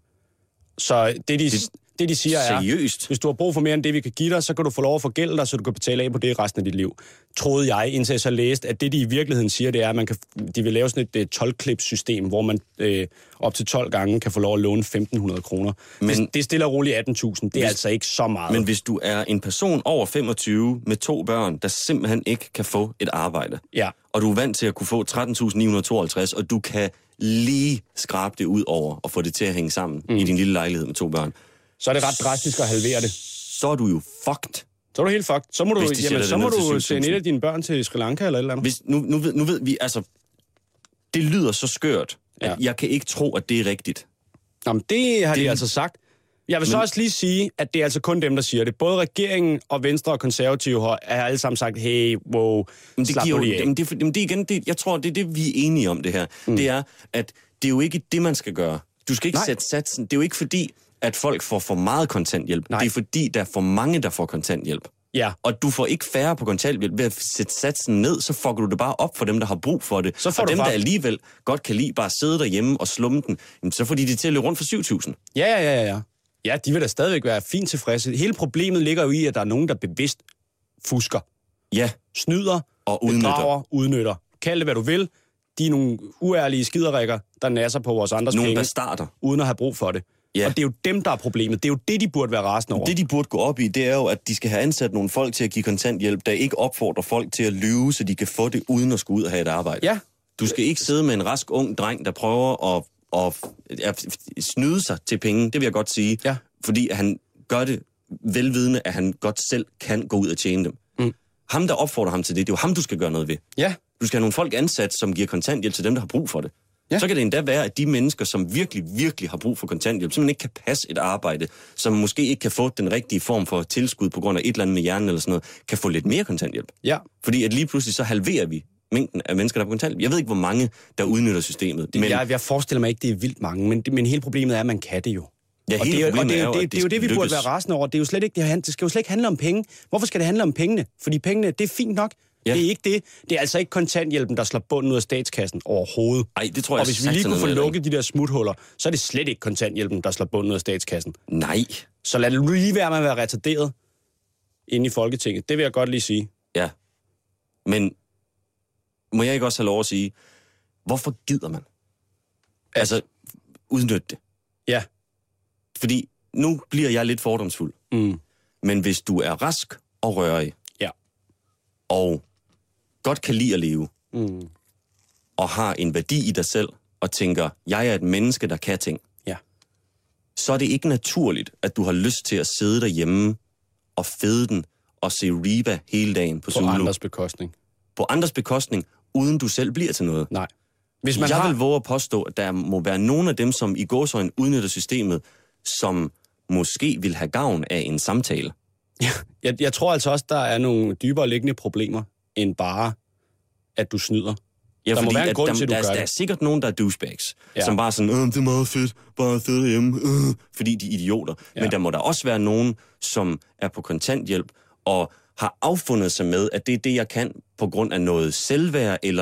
Så det de siger seriøst? Hvis du har brug for mere end det, vi kan give dig, så kan du få lov at forgælde dig, så du kan betale af på det resten af dit liv. Troede jeg, indtil jeg så læste, at det de i virkeligheden siger, det er, at de vil lave sådan et 12-klip-system, hvor man op til 12 gange kan få lov at låne 1.500 kroner. Men det stiller roligt 18.000. Det er altså ikke så meget. Men hvis du er en person over 25 med 2 børn, der simpelthen ikke kan få et arbejde, og du er vant til at kunne få 13.952, og du kan lige skrabe det ud over og få det til at hænge sammen i din lille lejlighed med 2 børn, så er det ret drastisk at halvere det. Så er du jo fucked. Så er du helt fucked. Så må du sende et af dine børn til Sri Lanka eller et eller andet. Nu ved vi, altså, det lyder så skørt, at jeg kan ikke tro, at det er rigtigt. Jamen, det har de altså sagt. Jeg vil så også lige sige, at det er altså kun dem, der siger det. Både regeringen og Venstre og Konservative har alle sammen sagt, hey, wow, slap nu lige af. Jeg tror, det er det, vi er enige om det her. Det er, at det er jo ikke det, man skal gøre. Du skal ikke sætte satsen. Det er jo ikke fordi, at folk får for meget kontanthjælp. Nej. Det er fordi, der er for mange, der får kontanthjælp. Ja. Og du får ikke færre på kontanthjælp ved at sætte satsen ned, så fucker du det bare op for dem, der har brug for det. Og dem, der alligevel godt kan lide bare sidde derhjemme og slumme den, så får de til at løbe rundt for 7.000. Ja. Ja, de vil da stadigvæk være fint tilfredse. Hele problemet ligger jo i, at der er nogen, der bevidst fusker. Ja. Snyder, og udnytter. Kald det, hvad du vil. De er nogle uærlige skiderikker, der nasser på vores andres penge. Nogle bastarder. Uden at have brug for det. Ja. Og det er jo dem, der er problemet. Det er jo det, de burde være rasende over. Det, de burde gå op i, det er jo, at de skal have ansat nogle folk til at give kontanthjælp, der ikke opfordrer folk til at lyve, så de kan få det uden at skulle ud og have et arbejde. Ja. Du skal ikke sidde med en rask ung dreng, der prøver at snyde sig til penge, det vil jeg godt sige. Ja. Fordi han gør det velvidende, at han godt selv kan gå ud og tjene dem. Ham, der opfordrer ham til det, det er jo ham, du skal gøre noget ved. Ja. Du skal have nogle folk ansat, som giver kontanthjælp til dem, der har brug for det. Ja. Så kan det endda være, at de mennesker, som virkelig, virkelig har brug for kontanthjælp, simpelthen ikke kan passe et arbejde, som måske ikke kan få den rigtige form for tilskud på grund af et eller andet med hjernen eller sådan noget, kan få lidt mere kontanthjælp. Ja. Fordi at lige pludselig så halverer vi mængden af mennesker, der er på kontanthjælp. Jeg ved ikke, hvor mange, der udnytter systemet. Jeg forestiller mig ikke, det er vildt mange, men hele problemet er, at man kan det jo. Ja, det er jo det, vi burde være rasende over. Det er jo slet ikke det skal jo slet ikke handle om penge. Hvorfor skal det handle om pengene? Fordi pengene, det er fint nok. Ja. Det er ikke det. Det er altså ikke kontanthjælpen, der slår bunden ud af statskassen overhovedet. Nej, det tror jeg. Og hvis vi lige kunne få lukket de der smuthuller, så er det slet ikke kontanthjælpen, der slår bunden ud af statskassen. Nej. Så lad det nu lige være med at være retarderet inde i Folketinget. Det vil jeg godt lige sige. Ja. Men må jeg ikke også have lov at sige, hvorfor gider man? Altså, udnytte det. Ja. Fordi nu bliver jeg lidt fordomsfuld. Men hvis du er rask og rørig, og godt kan lide at leve, og har en værdi i dig selv, og tænker, jeg er et menneske, der kan ting, så er det ikke naturligt, at du har lyst til at sidde derhjemme og fede den og se Reba hele dagen på Zulu. På andres bekostning. På andres bekostning, uden du selv bliver til noget. Nej. Hvis man vil våge at påstå, at der må være nogle af dem, som i gåseøjne udnytter systemet, som måske vil have gavn af en samtale. Ja, jeg tror altså også, der er nogle dybere liggende problemer, end bare, at du snyder. Ja, der må være en grund til, at du gør det. Der er sikkert nogen, der er douchebags, som bare sådan, det er meget fedt, bare sidde hjemme, fordi de er idioter. Ja. Men der må der også være nogen, som er på kontanthjælp, og har affundet sig med, at det er det, jeg kan, på grund af noget selvværd, eller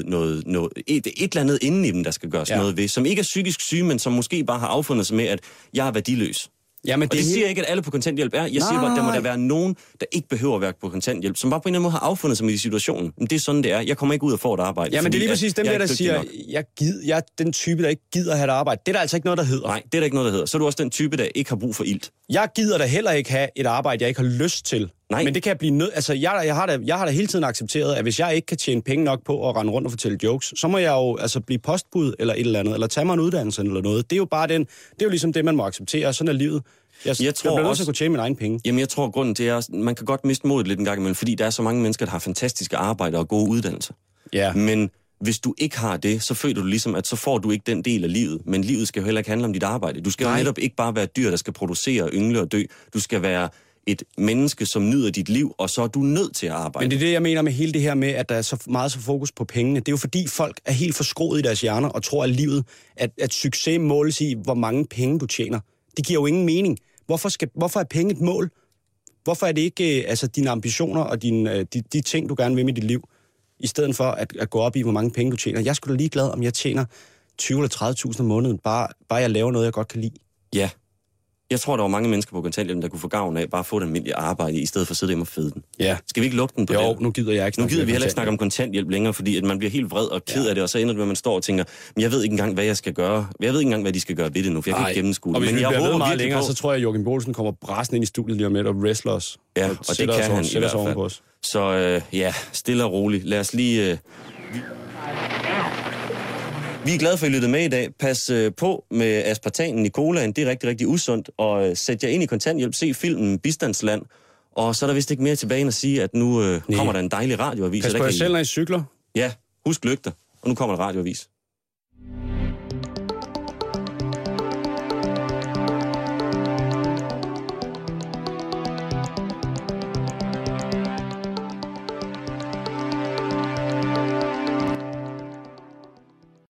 et eller andet inden i dem, der skal gøres noget ved, som ikke er psykisk syge, men som måske bare har affundet sig med, at jeg er værdiløs. Jamen, og det siger ikke, at alle på kontanthjælp er. Jeg siger bare, at der må der være nogen, der ikke behøver at være på kontanthjælp, som bare på en eller anden måde har affundet sig med i situationen. Men det er sådan, det er. Jeg kommer ikke ud og får et arbejde. Jamen, det er lige præcis dem der siger, jeg er den type, der ikke gider at have et arbejde. Det er der altså ikke noget, der hedder. Nej, det er der ikke noget, der hedder. Så er du også den type, der ikke har brug for ilt. Jeg gider da heller ikke have et arbejde, jeg ikke har lyst til. Nej. Men det kan jeg blive nødt. Altså, jeg har da hele tiden accepteret, at hvis jeg ikke kan tjene penge nok på at rende rundt og fortælle jokes, så må jeg jo altså blive postbud eller et eller andet, eller tage mig en uddannelse eller noget. Det er jo bare det er jo ligesom det, man må acceptere. Sådan er livet. Jeg bliver nødt til at kunne tjene mine egne penge. Jamen, jeg tror, grunden til, at man kan godt miste modet lidt en gang imellem, fordi der er så mange mennesker, der har fantastiske arbejder og gode uddannelser. Ja. Men hvis du ikke har det, så føler du ligesom, at så får du ikke den del af livet. Men livet skal jo heller ikke handle om dit arbejde. Du skal jo netop ikke bare være dyr, der skal producere, yngle og dø. Du skal være et menneske, som nyder dit liv, og så er du nødt til at arbejde. Men det er det, jeg mener med hele det her med, at der er så meget så fokus på pengene. Det er jo fordi, folk er helt forskroet i deres hjerner og tror, at livet, at succes måles i, hvor mange penge du tjener. Det giver jo ingen mening. Hvorfor er penge et mål? Hvorfor er det ikke dine ambitioner og de ting, du gerne vil med dit liv, i stedet for at gå op i, hvor mange penge du tjener? Jeg skulle da ligeglad, om jeg tjener 20 eller 30.000 om måneden, bare jeg laver noget, jeg godt kan lide. Ja. Jeg tror, der var mange mennesker på kontanthjælpen, der kunne få gavn af bare at få et almindeligt arbejde, i stedet for at sidde hjemme og fede den. Ja. Skal vi ikke lukke den på det? Jo, nu gider jeg ikke snakke. Nu gider vi heller ikke snakke om kontanthjælp længere, fordi at man bliver helt vred og ked af det, og så ender det med, at man står og tænker, men jeg ved ikke engang, hvad jeg skal gøre. Jeg ved ikke engang, hvad de skal gøre ved det nu, for jeg kan ikke gennemskue det. Og hvis men vi jeg bliver ved meget længere, på, så tror jeg, at Joachim Bolsen kommer brassen ind i studiet lige om lidt og wrestler os. Ja, og det kan han i hvert fald. Så stille og roligt. Lad os lige... Vi er glade for, at I lyttede med i dag. Pas på med aspartanen i colaen. Det er rigtig, rigtig usundt. Og sæt jer ind i kontanthjælp. Se filmen Bistandsland. Og så er der vist ikke mere tilbage end at sige, at nu kommer der en dejlig radioavis. Pas på jer selv, når I cykler. Ja, husk lygter. Og nu kommer der radioavis.